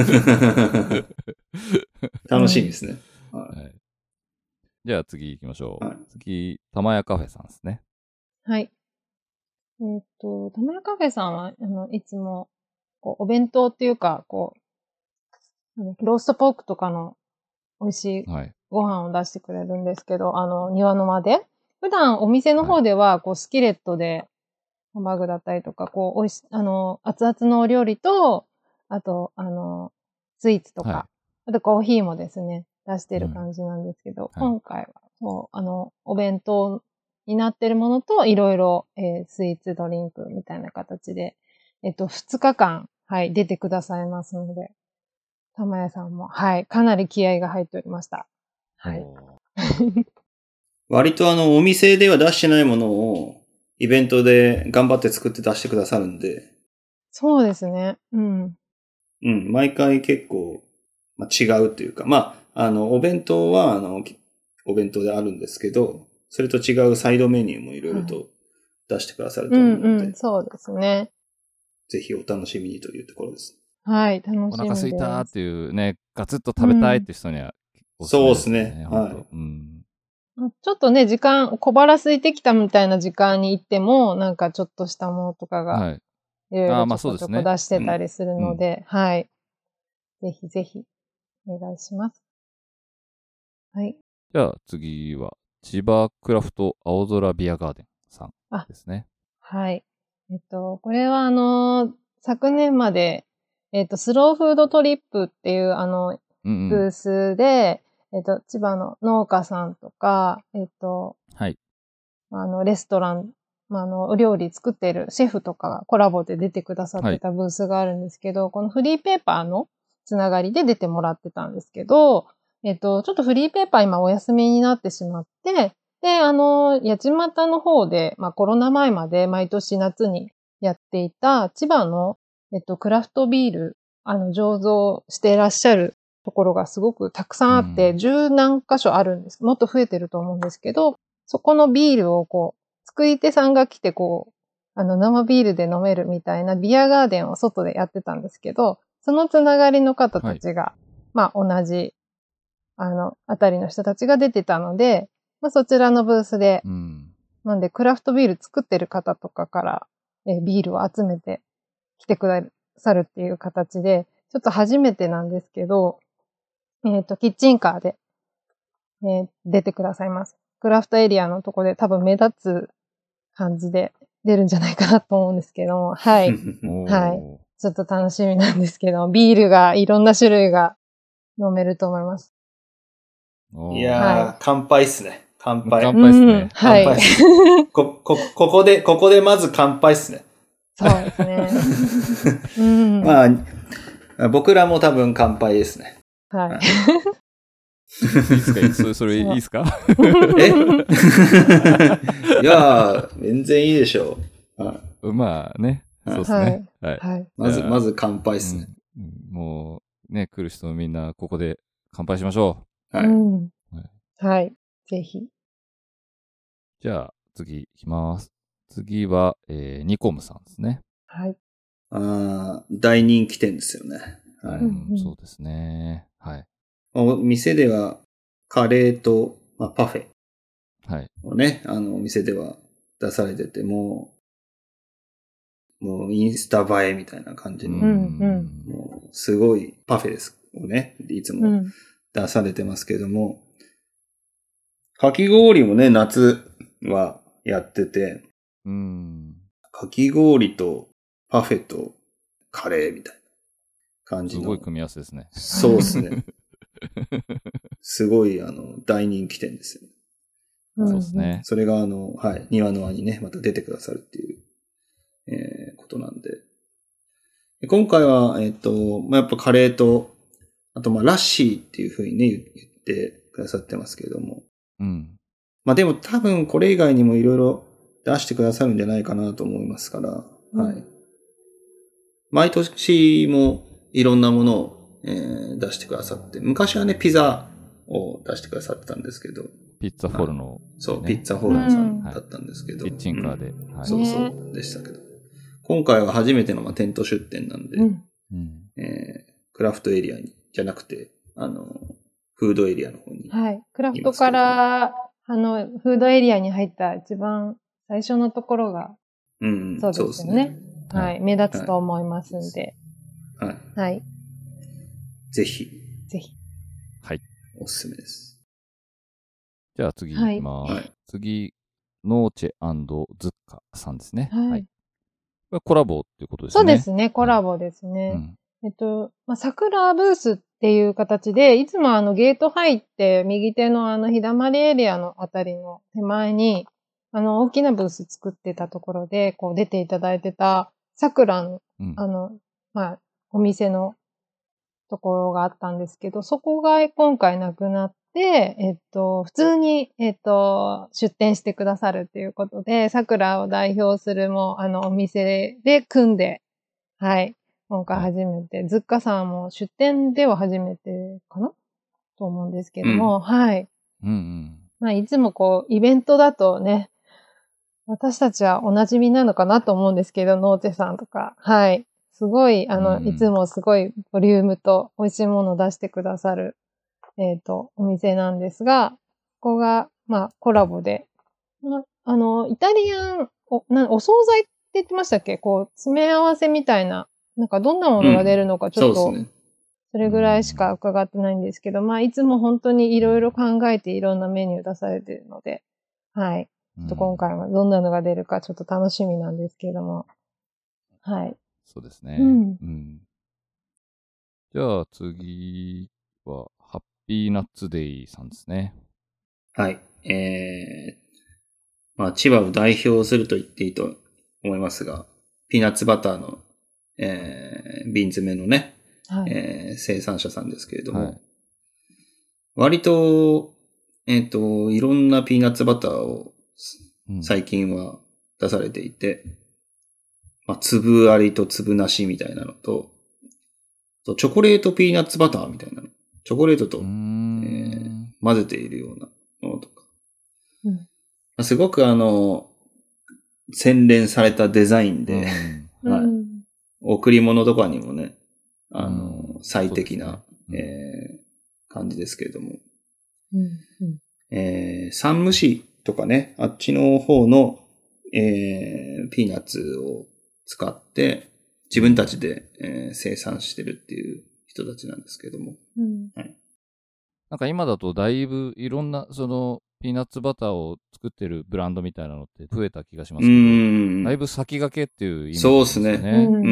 楽しみですね。うん、はい。 じゃあ次行きましょう。 はい、 次、玉屋カフェさんですね。 はい。えっと、玉屋カフェさんは、あの、いつも、こう、お弁当っていうか、こう、ローストポークとかの美味しいご飯を出してくれるんですけど、はい、あの、庭の間で。普段お店の方では、こう、スキレットで、ハンバーグだったりとか、こう、美味し、あの、熱々のお料理と、あと、あの、スイーツとか、はい、あとコーヒーもですね、出してる感じなんですけど、うん、今回は、そう、あの、お弁当になってるものと、いろいろ、えー、スイーツドリンクみたいな形で、えっと、二日間、はい、出てくださいますので、玉屋さんも、はい、かなり気合が入っておりました。はい。 割とあの、お店では出してないものを、イベントで頑張って作って出してくださるんで。 そうですね。うん。 うん、毎回結構、まあ、違うというか、まあ、あの、お弁当は、あの、お弁当であるんですけど、それと違うサイドメニューもいろいろと出してくださると思うので、 うんうん、そうですね。 ぜひお楽しみにというところです。 はい、楽しみです。お腹空いたっていうね、ガツッと食べたいって人には、 うん、そうですね。はい。 うん。 ちょっとね、時間、小腹空いてきたみたいな時間に行っても、なんかちょっとしたものとかが、はい。いろいろちょこちょこ出してたりするので、うん、はい。ぜひぜひ、お願いします。はい。 じゃあ次は、千葉クラフト青空ビアガーデンさんですね。 はい。えっと、これはあの、昨年まで、えっと、スローフードトリップっていうあの、うんうん、ブースで、えっと、千葉の農家さんとか、えっと、 はい。 あの、レストラン、まあ、あの、お料理作っているシェフとかがコラボで出てくださってたブースがあるんですけど、はい、このフリーペーパーのつながりで出てもらってたんですけど、えっと、ちょっとフリーペーパー今お休みになってしまって、で、あの、八街の方で、まあコロナ前まで毎年夏にやっていた千葉の、えっと、クラフトビール、あの、醸造していらっしゃるところがすごくたくさんあって、十、うん、何箇所あるんです。もっと増えてると思うんですけど、そこのビールをこう、作り手さんが来てこう、あの、生ビールで飲めるみたいなビアガーデンを外でやってたんですけど、そのつながりの方たちが、はい、まあ同じあの、あたりの人たちが出てたので、まあ、そちらのブースで、うん、なんでクラフトビール作ってる方とかから、えー、ビールを集めて来てくださるっていう形で、ちょっと初めてなんですけど、えっと、キッチンカーで、えー、出てくださいます。クラフトエリアのとこで多分目立つ感じで出るんじゃないかなと思うんですけども、はい。はい。ちょっと楽しみなんですけど、ビールがいろんな種類が飲めると思います。 いやー、はい、乾杯っすね。乾杯。 乾杯っすね。うん、 乾杯っす。こ、こ、ここで、ここでまず乾杯っすね。 そうですね。うん、 まあ、僕らも多分乾杯ですね。 はい。はい、 いいですかそれ、それいいですかえいやー、全然いいでしょう。 はい、まあね。そうですね。はい。はい、 まず、まず乾杯っすね、 うん。もう、ね、来る人みんなここで乾杯しましょう。はい。うん、はい。はい。ぜひ。 じゃあ、次行きます。次は、えー、ニコムさんですね。 はい。 ああ、大人気店ですよね。 はい、うん。そうですね。はい。 お店では、カレーと、まあ、パフェ。 はい。 をね、あの、お店では出されてて、もう、もうインスタ映えみたいな感じの、 うんうん、 もうすごいパフェですをね、いつも出されてますけども、うん、かき氷もね、夏はやってて、 うん、 かき氷とパフェとカレーみたいな感じの。 すごい組み合わせですね。 そうですね。すごい、あの、大人気店ですよ。 そうですね。 それが、あの、はい、庭の輪にね、また出てくださるっていう、えー、ことなんで。今回は、えっと、まあ、やっぱカレーと、あと、まあ、ラッシーっていう風にね、言ってくださってますけれども。 うん。 まあ、でも多分これ以外にもいろいろ出してくださるんじゃないかなと思いますから、うん、はい。毎年もいろんなものを、えー、出してくださって、昔はね、ピザを出してくださってたんですけど、 ピッツァフォルノ、 ね、そう、ピッツァフォルノさんだったんですけど。 キッチンカーで、 うんはい。そうそうでしたけど。今回は初めての、まあ、テント出店なんで、うんえー、クラフトエリアに、じゃなくて、あの、フードエリアの方に。 はい。クラフトから、あの、フードエリアに入った一番最初のところが、 うん、うん、 そうですよね。はい、はい。目立つと思いますんで。 はい。 はい。 ぜひ。 ぜひ。 はい。 おすすめです。 じゃあ次行きます。はい、次、ノーチェズッカさんですね。はい。はい、コラボっていうことですね。 そうですね。コラボですね。うん、えっと、まあ、桜ブースっていう形で、いつもあのゲート入って右手のあの日だまりエリアのあたりの手前に、あの大きなブース作ってたところで、こう出ていただいてた桜の、うん、あの、まあ、お店のところがあったんですけど、そこが今回なくなって、えっと、普通に、えっと、出店してくださるっていうことで、桜を代表するもう、あの、お店で組んで、はい、今回初めて、ズッカさんも出店では初めてかなと思うんですけども、うん、はい。 うんうん。 まあ、いつもこう、イベントだとね、私たちはお馴染みなのかなと思うんですけど、ノーテさんとか、はい。すごい、あの、うん、いつもすごいボリュームと美味しいものを出してくださる、えっと、お店なんですが、ここが、まあ、コラボで、まあ、あの、イタリアン、お、な、お惣菜って言ってましたっけこう、詰め合わせみたいな、なんかどんなものが出るのかちょっと、うん、そうですね。それぐらいしか伺ってないんですけど、まあ、いつも本当にいろいろ考えていろんなメニュー出されているので、はい。ちょっと今回はどんなのが出るかちょっと楽しみなんですけれども、はい。 そうですね。 うん。 うん、じゃあ次は、ハッピーナッツデイさんですね。 はい。えー、まあ、千葉を代表すると言っていいと思いますが、ピーナッツバターの、えー、瓶詰めのね、はいえー、生産者さんですけれども、はい、割と、えっと、いろんなピーナッツバターを最近は出されていて、うんまあ、粒ありと粒なしみたいなのと、とチョコレートピーナッツバターみたいなの。チョコレートと、えー、混ぜているようなものとか。うん、すごくあの、洗練されたデザインで、うんはい、贈り物とかにもね、あの、うん、最適な、ねうん、えー、感じですけれども。 うんうんえー、山武市とかね、あっちの方の、えー、ピーナッツを使って自分たちで、えー、生産してるっていう人たちなんですけども。 うんはい、 なんか今だとだいぶいろんなそのピーナッツバターを作ってるブランドみたいなのって増えた気がしますけど、 うんだいぶ先駆けっていうイメージそうですよね。 ですね。うんうん。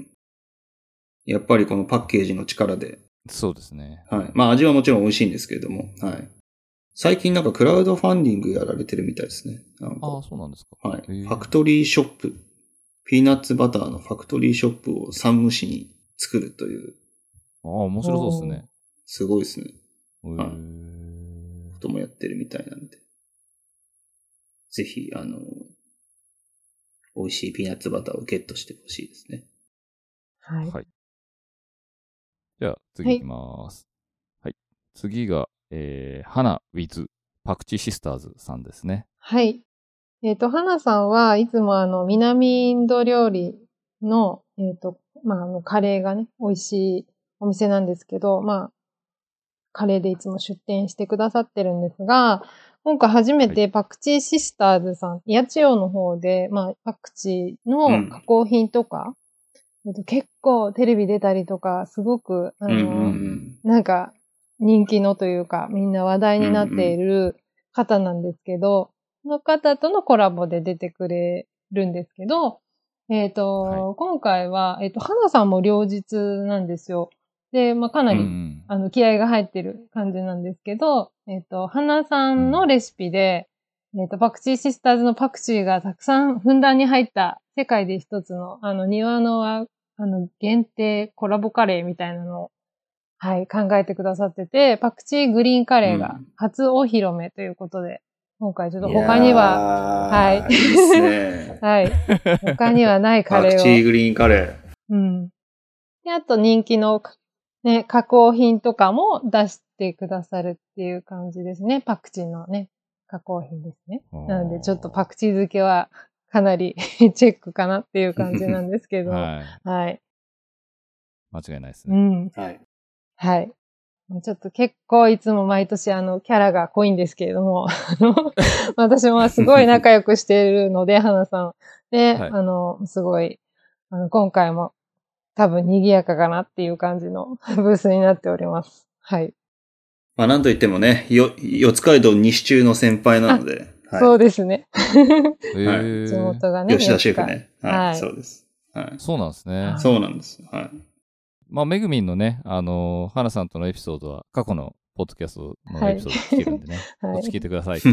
やっぱりこのパッケージの力で。 そうですね。 はい。まあ味はもちろん美味しいんですけれども、はい。最近なんかクラウドファンディングやられてるみたいですね。なんかああ、そうなんですか。 はい。ファクトリーショップ。ピーナッツバターのファクトリーショップを山武市に作るという。 ああ、面白そうですね。 すごいですね。 はい。 こともやってるみたいなんで。ぜひ、あの、美味しいピーナッツバターをゲットしてほしいですね。 はい。 はい。じゃあ、次いきます。はい。はい、次が、えー、花 with パクチーシスターズさんですね。 はい。えっと、花さんはいつもあの、南インド料理の、えっと、まあ、あの、カレーがね、美味しいお店なんですけど、まあ、カレーでいつも出店してくださってるんですが、今回初めてパクチーシスターズさん、八千代の方で、まあ、パクチーの加工品とか、うん、結構テレビ出たりとか、すごく、あの、うんうんうん、なんか、人気のというか、みんな話題になっている方なんですけど、その方とのコラボで出てくれるんですけど、えっと、はい、今回は、えっと、花さんも両日なんですよ。で、まあ、かなり、うんうん、あの、気合が入ってる感じなんですけど、えっと、花さんのレシピで、うん、えっと、パクチーシスターズのパクチーがたくさんふんだんに入った世界で一つの、あの、庭の、あの、限定コラボカレーみたいなのを、はい、考えてくださってて、パクチーグリーンカレーが初お披露目ということで、今回ちょっと他には、はい。いいですね。 はい。他にはないカレーを。 パクチーグリーンカレー。 うん。で、あと人気のね、加工品とかも出してくださるっていう感じですね。パクチーのね、加工品ですね。なので、ちょっとパクチー漬けはかなりチェックかなっていう感じなんですけど。はい。はい。 間違いないですね。 うん。はい。はい。ちょっと結構いつも毎年あの、キャラが濃いんですけれども、あの、私もすごい仲良くしているので、花さん。で、はい、あの、すごい、あの、今回も多分賑やかかなっていう感じのブースになっております。はい。 まあなんといってもね、よ、四街道西中の先輩なので。 はい、そうですね。 はい。 地元がね。 吉田シェフね。はい。はい、そうです。 はい。そうなんですね。 そうなんです。はい。 まあ、めぐみんのね、あのー、花さんとのエピソードは、過去のポッドキャストのエピソード聞けるんでね。はい、こっち聞いてください。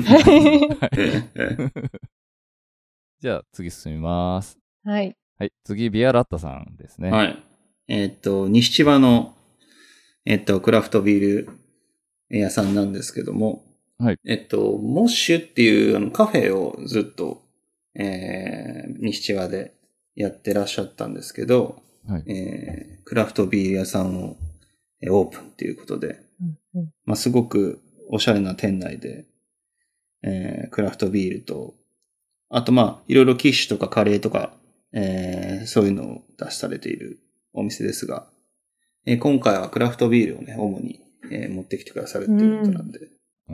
じゃあ、次進みます。 はい。 はい。次、ビアラッタさんですね。 はい。えー、っと、西千葉の、えー、っと、クラフトビール屋さんなんですけども、 はい。 えっと、モッシュっていうあのカフェをずっと、えー、西千葉でやってらっしゃったんですけど、はい、えー、クラフトビール屋さんをオープンっていうことで、うんうん、まあ、すごくおしゃれな店内で、えー、クラフトビールと、あとまあ、いろいろキッシュとかカレーとか、えー、そういうのを出されているお店ですが、えー、今回はクラフトビールをね、主に、えー、持ってきてくださるっていうことなんで。うん、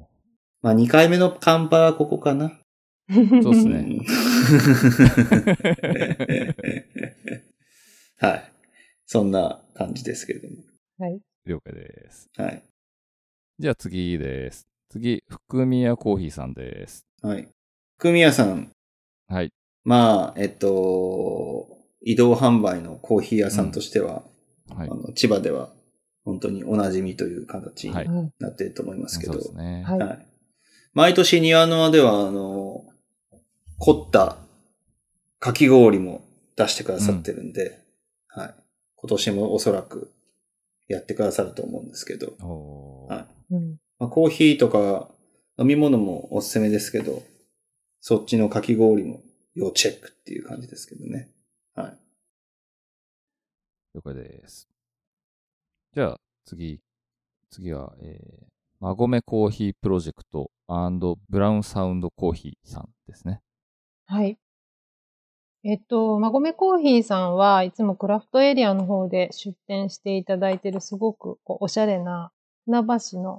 まあ、にかいめの乾杯はここかな。 そうですね。 はい。そんな感じですけれども。 はい。 了解です。 はい。 じゃあ次です。次、福宮コーヒーさんです。 はい。福宮さん。 はい。 まあ、えっと、移動販売のコーヒー屋さんとしては、うん、はい、あの千葉では本当におなじみという形になっていると思いますけど。はい、そうですね。はい。毎年庭の輪では、あの、凝ったかき氷も出してくださってるんで、うん、はい。今年もおそらくやってくださると思うんですけど、はい。うんまあ、コーヒーとか飲み物もおすすめですけど、そっちのかき氷も要チェックっていう感じですけどね。はい。 了解です。じゃあ次、次は、えー、マゴメコーヒープロジェクト&ブラウンサウンドコーヒーさんですね。 はい。えっと、マゴメコーヒーさんはいつもクラフトエリアの方で出店していただいているすごくこうおしゃれな船橋の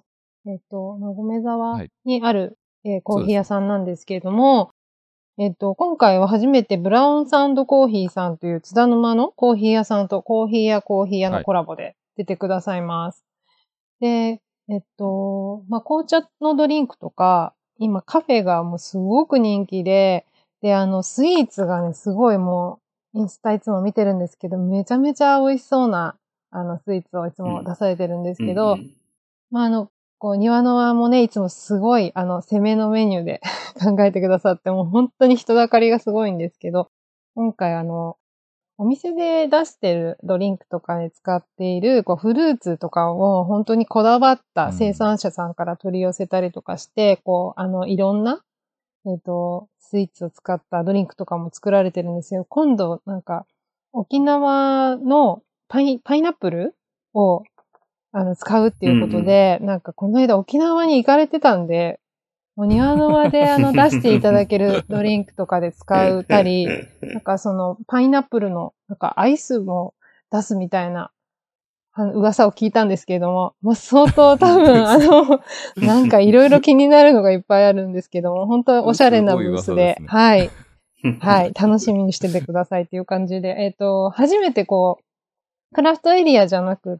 えっと、のごめ沢にある、はい、えー、コーヒー屋さんなんですけれども、えっと、今回は初めてブラウンサンドコーヒーさんという津田沼のコーヒー屋さんとコーヒー屋コーヒー屋のコラボで出てくださいます。はい、で、えっと、まあ、紅茶のドリンクとか、今カフェがもうすごく人気で、で、あの、スイーツがね、すごいもう、インスタいつも見てるんですけど、めちゃめちゃ美味しそうな、あの、スイーツをいつも出されてるんですけど、うんうんうん、まあ、あの、こう、庭の輪もね、いつもすごい、あの、攻めのメニューで考えてくださって、もう本当に人だかりがすごいんですけど、今回あの、お店で出してるドリンクとかで使っている、こう、フルーツとかを本当にこだわった生産者さんから取り寄せたりとかして、うん、こう、あの、いろんな、えっと、スイーツを使ったドリンクとかも作られてるんですよ。今度、なんか、沖縄のパイ、パイナップルを、あの、使うっていうことで、うんうん、なんかこの間沖縄に行かれてたんで、お庭の輪であの出していただけるドリンクとかで使うたり、なんかそのパイナップルのなんかアイスも出すみたいな噂を聞いたんですけれども、まあ、相当多分あの、なんかいろいろ気になるのがいっぱいあるんですけども、本当おしゃれなブースで、ね、はい。はい。楽しみにしててくださいっていう感じで、えっと、初めてこう、クラフトエリアじゃなくって、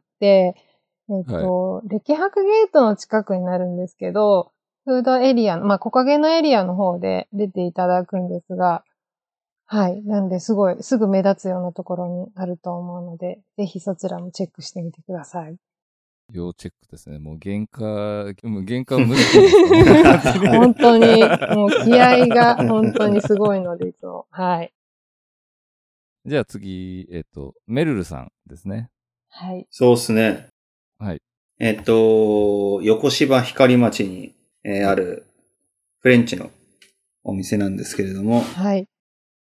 えっと、はい、歴博ゲートの近くになるんですけど、フードエリア、まあ、木陰のエリアの方で出ていただくんですが、はい。なんで、すごい、すぐ目立つようなところにあると思うので、ぜひそちらもチェックしてみてください。 要チェックですね。もう原価、もう原価無理ですね。本当に、もう気合が本当にすごいので、いつも。はい。 じゃあ次、えっと、メルルさんですね。 はい。 そうですね。 はい。 えっと、横芝光町に、えー、あるフレンチのお店なんですけれども。 はい。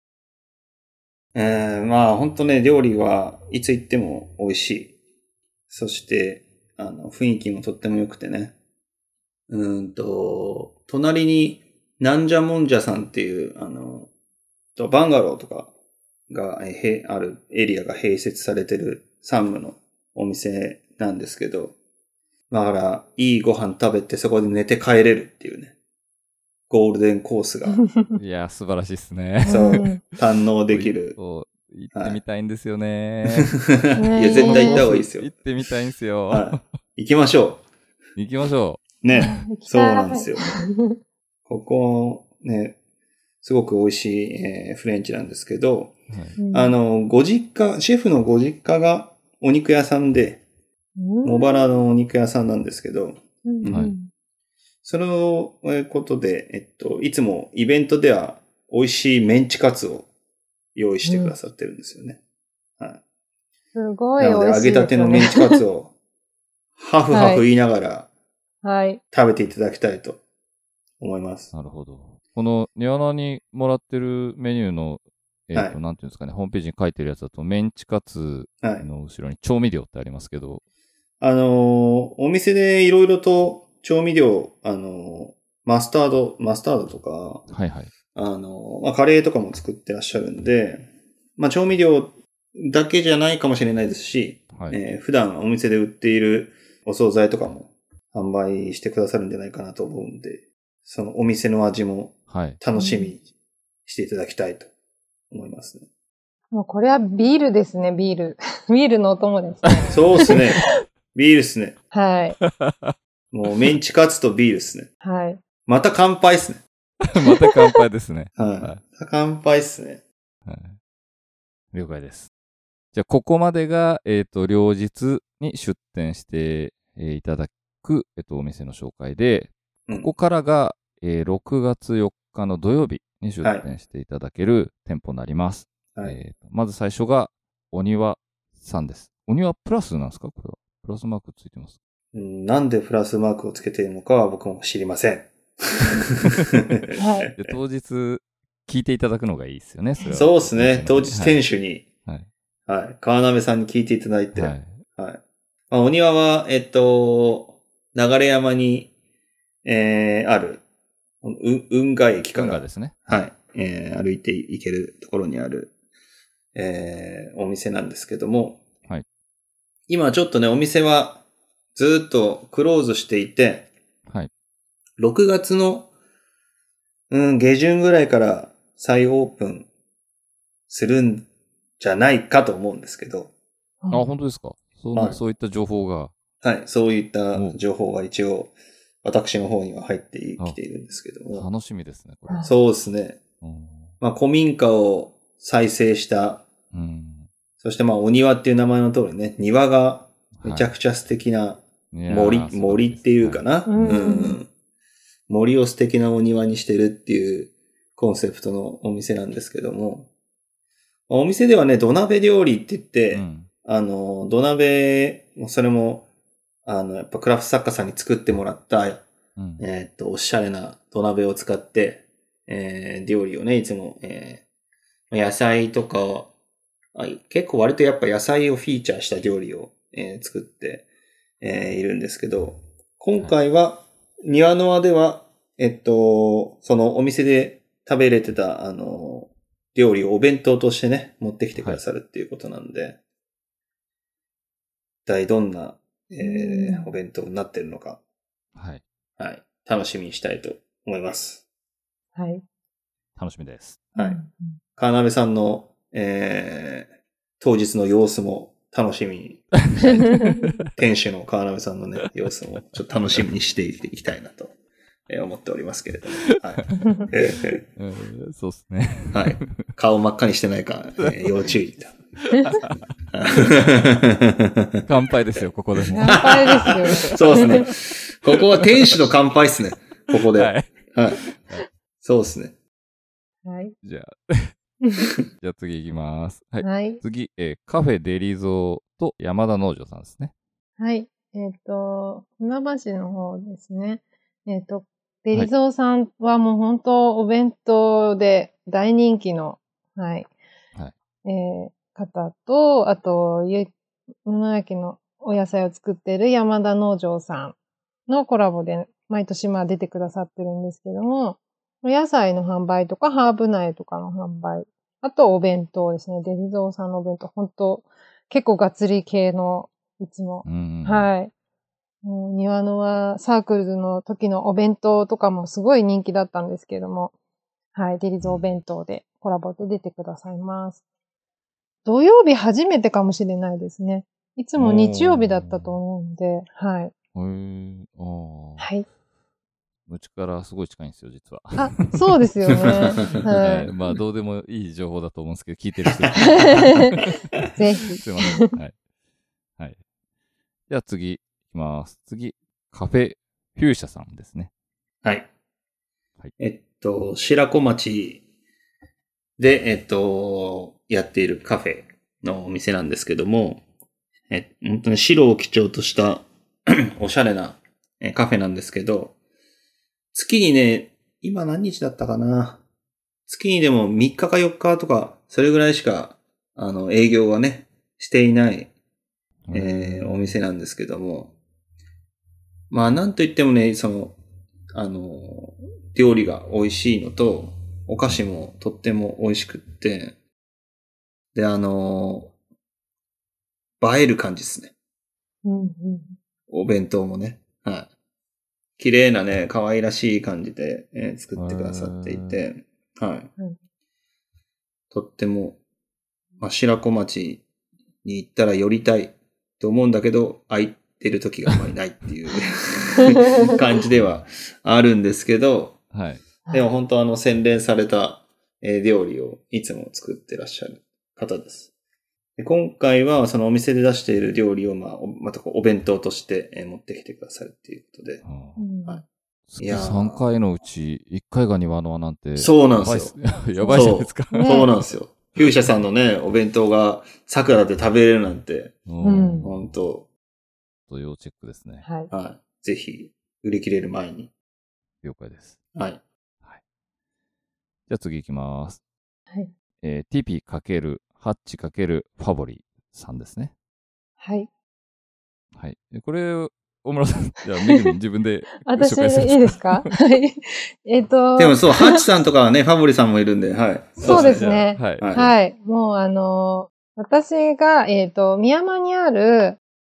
えー、まあ本当ね、料理はいつ行っても美味しい。そして、あの、雰囲気もとっても良くてね。うーんと、隣に、なんじゃもんじゃさんっていう、あの、バンガローとかが、えあるエリアが併設されてる三部のお店なんですけど、だから、いいご飯食べてそこで寝て帰れるっていうね。ゴールデンコースが。 いや、素晴らしいですね。 そう。堪能できる。 行ってみたいんですよね。 はい、いや、絶対行った方がいいですよ。 行ってみたいんですよ。 はい。行きましょう。行きましょう。ね。そうなんですよ。ここ、ね、すごく美味しい、えー、フレンチなんですけど、はい、あの、ご実家、シェフのご実家がお肉屋さんで、茂原のお肉屋さんなんですけど、 うん、はい。 そのことで、えっと、いつもイベントでは美味しいメンチカツを用意してくださってるんですよね。うん、はい。 すごい美味しいですね。 なので、揚げたてのメンチカツを、ハフハフ言いながら、はい。食べていただきたいと思います。 なるほど。この、ニワナにもらってるメニューの、えっ、ー、と、はい、なんていうんですかね、ホームページに書いてるやつだと、メンチカツの後ろに調味料ってありますけど。 はい、あのー、お店でいろいろと調味料、あのー、マスタード、マスタードとか、 はいはい。 あのー、まあ、カレーとかも作ってらっしゃるんで、まあ、調味料だけじゃないかもしれないですし、はい、えー、普段お店で売っているお惣菜とかも販売してくださるんじゃないかなと思うんで、そのお店の味も楽しみにしていただきたいと思いますね。 もうこれはビールですね、ビール。ビールのお供ですね。 そうですね。ビールですね。 はい。 もうメンチカツとビールですね。 はい。 また乾杯ですね。 また乾杯ですね。 はい。また乾杯ですね。 はい。了解です。じゃあ、ここまでが、えっと、両日に出店して、えー、いただく、えっと、お店の紹介で、ここからが、うん、えー、ろくがつよっかの土曜日に出店していただける店舗になります。はい、えー、まず最初が、お庭さんです。お庭プラスなんですかこれは。プラスマークついてます。 うん、なんでプラスマークをつけているのかは僕も知りません。 はい。 当日、聞いていただくのがいいですよね。それはそうですね。当日店主に、 はい。 はい。川鍋さんに聞いていただいて。はい。はい。まあ、お庭は、えっと、流山に、えー、ある、う、運河駅から。 運河ですね。 はい。えー、歩いていけるところにある、えー、お店なんですけども。 はい。 今ちょっとね、お店はずっとクローズしていて、 はい。 ろくがつの、うん、下旬ぐらいから再オープンするんじゃないかと思うんですけど。 あ、本当ですか？そんな、はい、そういった情報が。 はい、そういった情報が一応、私の方には入ってきているんですけども。 楽しみですね、これ。 そうですね。まあ、古民家を再生した、 うん、 そしてまあ、お庭っていう名前の通りね、庭がめちゃくちゃ素敵な森、はい、森っていうかな、はい、うん、森を素敵なお庭にしてるっていうコンセプトのお店なんですけども、お店ではね、土鍋料理って言って、うん、あの、土鍋、それも、あの、やっぱクラフト作家さんに作ってもらった、うん、えっと、おしゃれな土鍋を使って、えー、料理をね、いつも、えー、野菜とか、結構割とやっぱ野菜をフィーチャーした料理を、えー、作って、えー、いるんですけど、今回は、庭の輪では、えっと、そのお店で食べれてた、あの、料理をお弁当としてね、持ってきてくださるっていうことなんで、はい、一体どんな、えー、お弁当になってるのか、 はい。 はい。楽しみにしたいと思います。 はい。 楽しみです。 はい。川鍋さんの、えー、当日の様子も楽しみに。店主の川鍋さんのね、様子もちょっと楽しみにしていきたいなと思っておりますけれども。はい。 そうですね。 はい。顔真っ赤にしてないか、えー、要注意。 乾杯ですよ、ここでも。 乾杯ですよ。 そうですね。ここは店主の乾杯ですね。ここで。はい。はい。そうですね。 はい。 じゃあ、じゃあ次行きます。はい。 はい、 次、えー、カフェデリゾーと山田農場さんですね。 はい。えっ、ー、と、船橋の方ですね。えっ、ー、と、デリゾーさんはもう本当お弁当で大人気の、はい。はい。えー、方と、あと、ゆ、野焼のお野菜を作っている山田農場さんのコラボで毎年まあ出てくださってるんですけども、お野菜の販売とかハーブ苗とかの販売、あとお弁当ですね。デリゾーさんのお弁当、本当結構がっつり系のいつも。 うんはい。もう庭のはサークルズの時のお弁当とかもすごい人気だったんですけども、はい。デリゾー弁当でコラボで出てくださいます。土曜日初めてかもしれないですね。いつも日曜日だったと思うんで、はい。 へー、あはい。 うちからすごい近いんですよ、実は。 あ、そうですよね。はい、 はい。まあ、どうでもいい情報だと思うんですけど、聞いてる人ぜひ。 すいません。はい。はい。じゃあ次、いきます。次、カフェフューシャさんですね。 はい。はい、えっと、白子町で、えっと、やっているカフェのお店なんですけども、え、本当に白を基調としたおしゃれなカフェなんですけど、月にね、今何日だったかな。月にでもみっかかよっかとか、それぐらいしか、あの、営業はね、していない、えー、お店なんですけども。まあ、なんといってもね、その、あの、料理が美味しいのと、お菓子もとっても美味しくって、で、あの、映える感じですね。 うんうん、 お弁当もね。はい。綺麗なね、可愛らしい感じで、えー、作ってくださっていて、はい、うん。とっても、まあ、白子町に行ったら寄りたいと思うんだけど、空いてる時があんまりないっていう感じではあるんですけど、はい。でも本当あの洗練された料理をいつも作ってらっしゃる方です。で今回はそのお店で出している料理をまあ、またこうお弁当として持ってきてくださるっていうことで。 うんはい、月さんかいのうちいっかいが庭の輪なんて。 そうなんですよ。やばいじゃないですか。 そう、そうなんですよ。フューシャさんのね、お弁当が桜で食べれるなんて。うん。本当。 要チェックですね。 はい。 はい。ぜひ、売り切れる前に。 了解です。 はい。 はい。じゃあ次行きます。 はい。 えー、ティピ×ハッチ×ファボリさんですね。 はい。 はい。これ、大村さん、じゃあ、めぐみ自分で紹介するんですか？私、いいですか？はい。えっと。 でもそう、ハッチさんとかはね、ファボリさんもいるんで、はい。 そうですね。 はい。 はい。もう、あの、私が、えっと、宮間にある、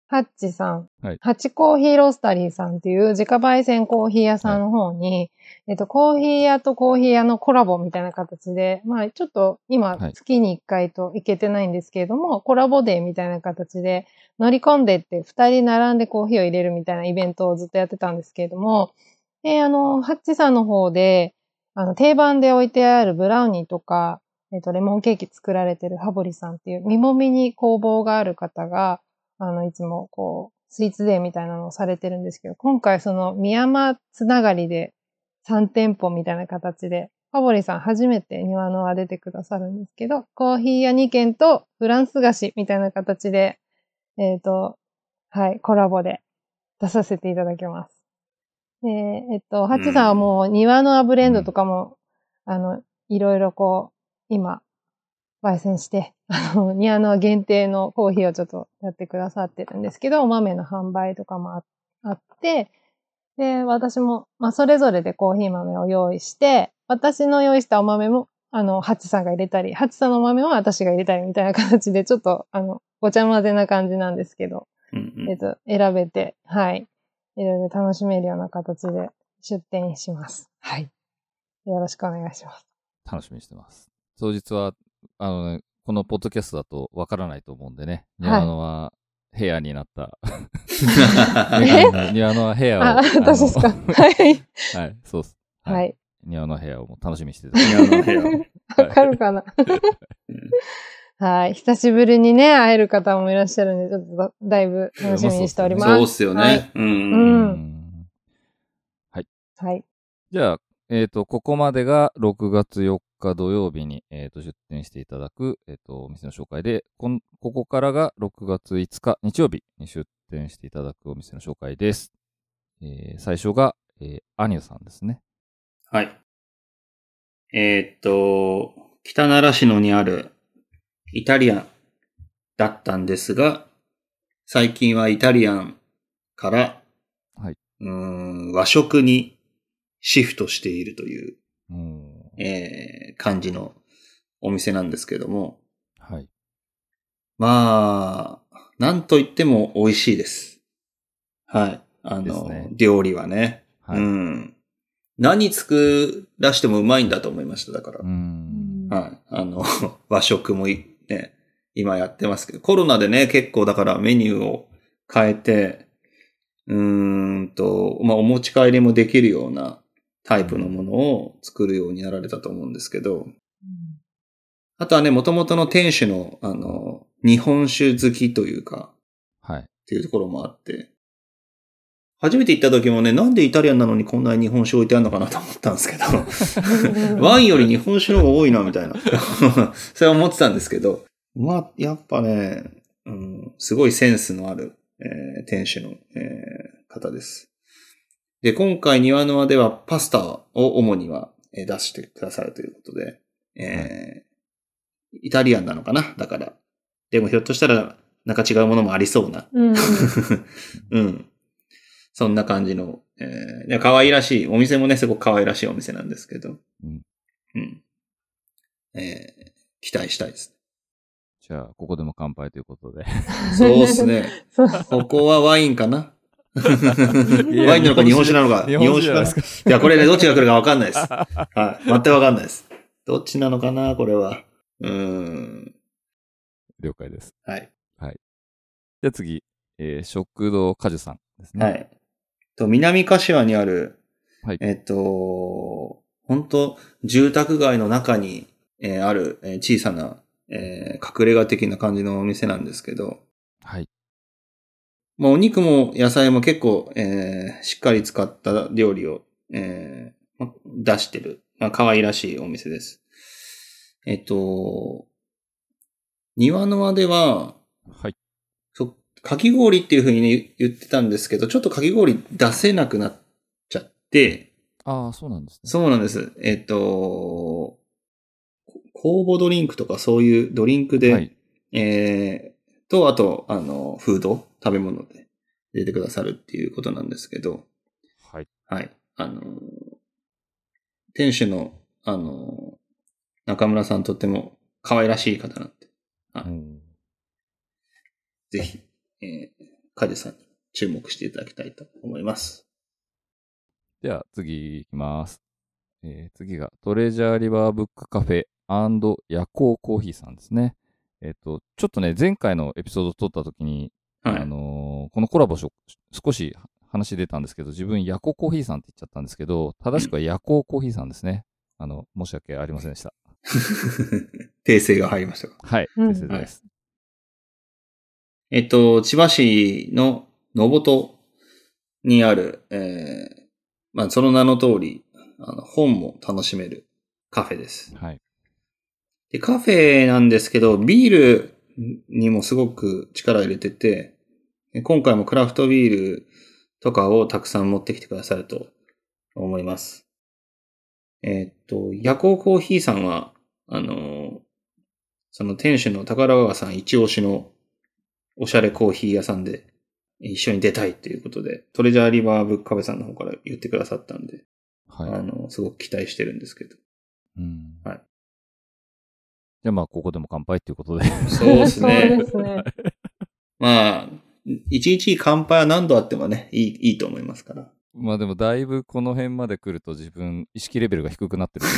ハッチさん、 はい、 ハチコーヒーロースタリーさんっていう自家焙煎コーヒー屋さんの方に、はい、えっと、コーヒー屋とコーヒー屋のコラボみたいな形で、まあちょっと今月にいっかいといけてないんですけれども、はい、コラボデーみたいな形で乗り込んでって二人並んでコーヒーを入れるみたいなイベントをずっとやってたんですけれども、で、あの、ハッチさんの方で、あの、定番で置いてあるブラウニーとか、えっと、レモンケーキ作られてるハボリさんっていう、身もみに工房がある方が、あの、いつもこう、スイーツデーみたいなのをされてるんですけど、今回その、宮山つながりでさん店舗みたいな形で、ハボリさん初めて庭の輪出てくださるんですけど、コーヒー屋に軒とフランス菓子みたいな形で、えっと、はい、コラボで出させていただきます。えー、えっと、ハチさんはもう庭の輪ブレンドとかも、うん、あの、いろいろこう、今、焙煎して、あの、庭の輪限定のコーヒーをちょっとやってくださってるんですけど、お豆の販売とかも あ, あって、で、私も、まあ、それぞれでコーヒー豆を用意して、私の用意したお豆も、あの、ハチさんが入れたり、ハチさんのお豆は私が入れたりみたいな形で、ちょっと、あの、ごちゃ混ぜな感じなんですけど、 うんうん、 えっと、選べて、はい。いろいろ楽しめるような形で出店します。はい。よろしくお願いします。 楽しみにしてます。当日は、あのね、このポッドキャストだとわからないと思うんでね、庭のはヘアになった。庭のヘアを。 あ、私ですか。はい。 はい、そうっす。 はい。はい、 庭のヘアをも楽しみにしてた。 庭のヘア。わかるかな。はい。久しぶりにね、会える方もいらっしゃるんで、ちょっとだいぶ楽しみにしております。 そうっすよね。はい、うん、 うん。 はい。 はい。 じゃあ、えっ、ー、と、ここまでがろくがつよっか土曜日に、えー、と出店していただく、えっ、ー、と、お店の紹介で、こん、ここからがろくがついつか日曜日に出店していただくお店の紹介です。えー、最初が、えー、アニュさんですね。 はい。えー、っと、北奈良市のにあるイタリアンだったんですが、最近はイタリアンから、 はい、 うーん和食にシフトしているという、 うんえー、感じのお店なんですけども、 はい。 まあ、なんと言っても美味しいです。はい。あの、ね、料理はね、はい。うん。何作らしてもうまいんだと思いました、だから。 うん。 はい。あの、和食もね、今やってますけど、コロナでね、結構だからメニューを変えて、うーんと、まあ、お持ち帰りもできるようなタイプのものを作るようになられたと思うんですけど、うん、あとはね、元々の店主の、あの、日本酒好きというか、 はい。 っていうところもあって、初めて行った時もね、なんでイタリアンなのにこんなに日本酒置いてあるのかなと思ったんですけど、ワインより日本酒の方が多いな、みたいな。それは思ってたんですけど、まあ、やっぱね、うん、すごいセンスのある、えー、店主の、えー、方です。で、今回庭の輪ではパスタを主には出してくださるということで、えーはい、イタリアンなのかなだから。でもひょっとしたらなんか違うものもありそうな。 うん。 うん。そんな感じの、えー、可愛らしい、お店もね、すごく可愛らしいお店なんですけど、 うん。 うん。えー、期待したいです。 じゃあ、ここでも乾杯ということで。 そうですね。ここはワインかなワインなのか日本酒なのか日本酒かな。 いや、これね、どっちが来るか分かんないです。はい。全く分かんないです。どっちなのかな、これは。うーん。 了解です。 はい。 はい。じゃあ次、えー、食堂果樹さんですね。 はい。と、南柏にある、 はい、 えっと、本当住宅街の中に、えー、ある、えー、小さな、えー、隠れ家的な感じのお店なんですけど、 はい。 まあ、お肉も野菜も結構、えー、しっかり使った料理を、えー、出してる、まあ、可愛らしいお店です。えっと、庭の輪では、 はい。 そ、かき氷っていう風にね、言ってたんですけど、ちょっとかき氷出せなくなっちゃって、 ああ、そうなんですね。 そうなんです。えっと、酵母ドリンクとかそういうドリンクで、はい、えー、と、あと、あの、フード、食べ物で入れてくださるっていうことなんですけど、 はい。 はい。あの、店主の、あの、中村さんとっても可愛らしい方なんで、はい、ぜひ、えー、 果樹さんに注目していただきたいと思います。 では次行きます。えー、次がトレジャーリバーブックカフェ&夜行コーヒーさんですね。えっ、ー、と、ちょっとね、前回のエピソードを撮った時に、はい、あのー、このコラボ少し話出たんですけど、自分夜行コーヒーさんって言っちゃったんですけど、正しくは夜行コーヒーさんですね。あの、申し訳ありませんでした。 訂正が入りましたか？ はい、訂正です。はい、 えっと、千葉市の野本にある、えー、まあ、その名の通り、あの本も楽しめるカフェです。 はい。 で、カフェなんですけど、ビールにもすごく力入れてて、今回もクラフトビールとかをたくさん持ってきてくださると思います。えー、っと、夜行コーヒーさんは、あの、その店主の宝川さん一押しのおしゃれコーヒー屋さんで一緒に出たいということで、トレジャーリバーブックカフェさんの方から言ってくださったんで、はい、あの、すごく期待してるんですけど。 うん。 はい。 じゃあまあ、ここでも乾杯ということで。 そうですね。 そうですね。 まあ、一日乾杯は何度あってもね、いい、いいと思いますから。 まあでもだいぶこの辺まで来ると自分意識レベルが低くなってる。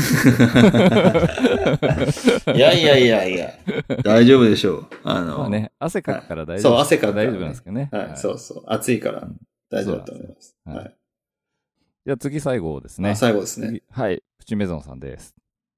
いやいやいやいや、大丈夫でしょう。あの、 まあね、汗かくから大丈夫、 はい。そう、汗かくから、 ね、大丈夫なんですけどね。 はい、はい、そうそう。暑いから大丈夫だと思います。 はい。 はい、 じゃあ次最後ですね。 最後ですね。 はい、プチメゾンさんです。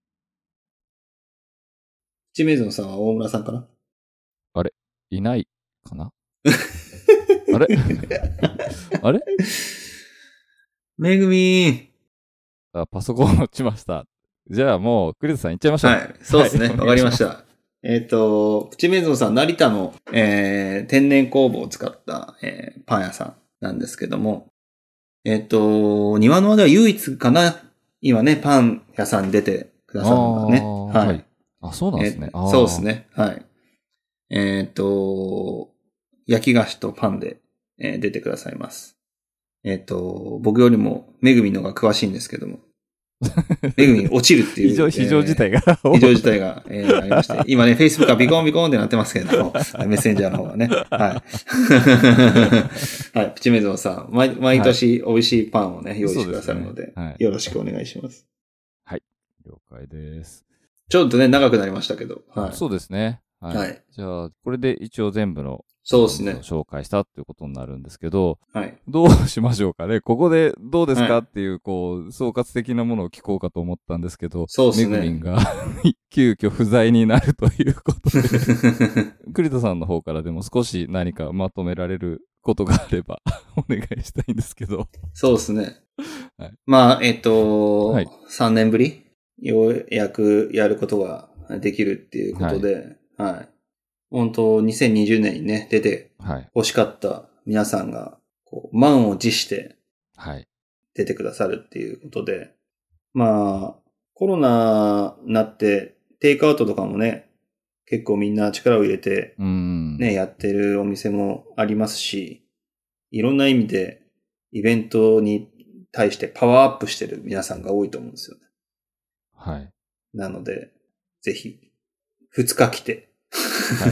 プチメゾンさんは大村さんかな？ あれいないかなあれあれめぐみー。あ、パソコン落ちました。じゃあもう、クリスさん行っちゃいましょう。 はい。そうですね。わ、はい、かりました。えっ、ー、と、プチメゾンさん、成田の、えー、天然酵母を使った、えー、パン屋さんなんですけども、えっ、ー、と、庭の輪では唯一かな、今ね、パン屋さんに出てくださるのがね。はい、はい。 あ、そうなんですね。 えー、そうですね。はい。えっ、ー、と、焼き菓子とパンで、えー、出てくださいます。えっ、ー、と、僕よりもめぐみのが詳しいんですけども、めぐみ落ちるっていう。 非常、非常事態が。 非常事態が、えー、ありまして。今ね、Facebook はビコンビコンってなってますけれども、メッセンジャーの方がね。はい。はい。プチメゾンさん、毎, 毎年美味しいパンをね、はい、用意してくださるので、でねはい、よろしくお願いします。 はい。了解です。 ちょっとね、長くなりましたけど。はい。 そうですね。はい。はい、じゃあ、これで一応全部の、 そうですね。 紹介したっていうことになるんですけど、 はい。 どうしましょうかね。ここでどうですか、はい、っていう、こう、総括的なものを聞こうかと思ったんですけど、 そうですね。 めぐみんが急遽不在になるということで、栗田さんの方からでも少し何かまとめられることがあればお願いしたいんですけど。 そうですね。はい、まあ、えっと、はい、さんねんぶりようやくやることができるっていうことで、はい。はい、本当、にせんにじゅうねんにね、出て欲しかった皆さんが、こう、満を持して、出てくださるっていうことで、はい、まあ、コロナになって、テイクアウトとかもね、結構みんな力を入れて、ね、やってるお店もありますし、いろんな意味で、イベントに対してパワーアップしてる皆さんが多いと思うんですよね。 はい。 なので、ぜひ、二日来て、 はい、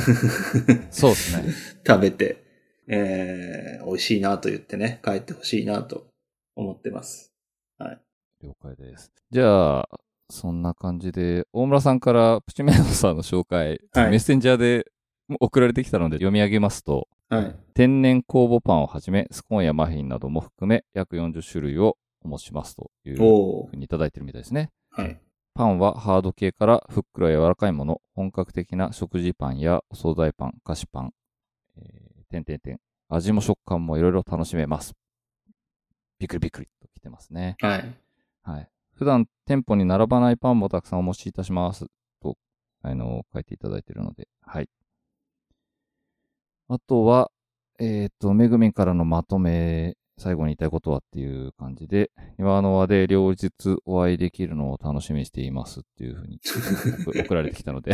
そうですね。 食べて、えー、美味しいなと言ってね、帰ってほしいなと思ってます。はい。 了解です。じゃあ、そんな感じで、大村さんからプチメイドさんの紹介、はい、メッセンジャーで送られてきたので読み上げますと、 はい、 天然酵母パンをはじめ、スコーンやマフィンなども含め、約よんじゅっしゅるいをお持ちしますというふうにいただいてるみたいですね。 はい。 パンはハード系からふっくら柔らかいもの、本格的な食事パンやお惣菜パン、菓子パン、えー、点々点。味も食感もいろいろ楽しめます。びっくりびっくりと来てますね。 はい。 はい。普段店舗に並ばないパンもたくさんお持ちいたしますと、あの、書いていただいているので、はい。あとは、えっと、めぐみんからのまとめ、最後に言いたいことはっていう感じで、庭の輪で両日お会いできるのを楽しみにしていますっていうふうに送られてきたので。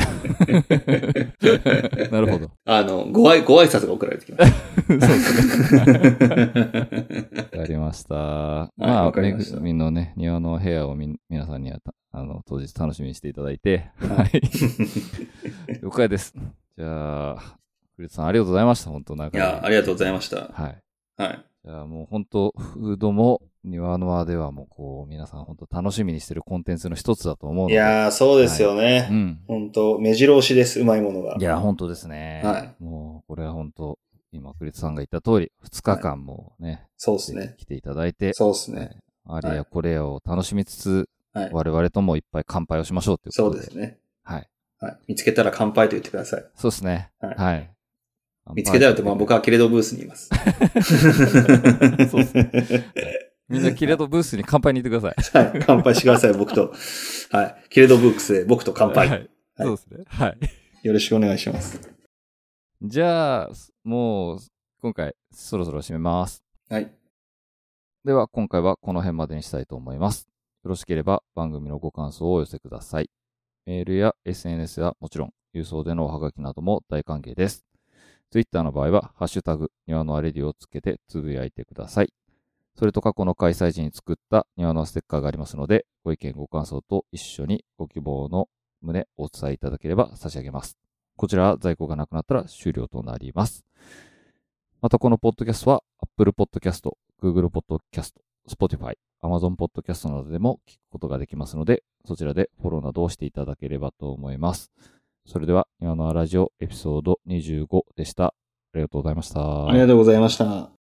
なるほど。 あの、ご挨、ご挨拶が送られてきました。そうですね。わかりました。はい、まあ、めぐみんのね、庭の部屋をみ皆さんには、あの、当日楽しみにしていただいて、はい。了解です。じゃあ、 クリスさんありがとうございました。本当なんか。 いや、ありがとうございました。 はい。 はい。 じゃあもう本当、フードも庭の輪ではもうこう、皆さん本当楽しみにしてるコンテンツの一つだと思うので。 いやー、そうですよね。はい、うん。本当目白押しです、うまいものが。 いや、本当ですね。はい。もう、これは本当、今、クリスさんが言った通り、二日間もね、はい、 そうですね。 来ていただいて。 そうですね。 あれやこれやを楽しみつつ、はい、我々ともいっぱい乾杯をしましょうということで。 そうですね。 はい。 はい。見つけたら乾杯と言ってください。 そうですね。はい。はい、 見つけたらって、まあ僕はキレドブースにいます。 そうですね。みんなキレドブースに乾杯に行ってください。はい。乾杯してください、僕と。はい。キレドブックスで僕と乾杯。はい。はい、 そうですね。はい。 よろしくお願いします。 じゃあ、もう、今回、そろそろ締めます。 はい。 では、今回はこの辺までにしたいと思います。よろしければ番組のご感想をお寄せください。メールや エスエヌエス はもちろん、郵送でのおはがきなども大歓迎です。Twitter の場合は、ハッシュタグ、庭のあレディをつけてつぶやいてください。それと過去の開催時に作った庭のステッカーがありますので、ご意見ご感想と一緒にご希望の旨お伝えいただければ差し上げます。こちらは在庫がなくなったら終了となります。またこのポッドキャストは Apple Podcast、Google Podcast、Spotify、Amazon Podcast などでも聞くことができますので、そちらでフォローなどをしていただければと思います。それでは、庭のあラジオエピソードにじゅうごでした。ありがとうございました。 ありがとうございました。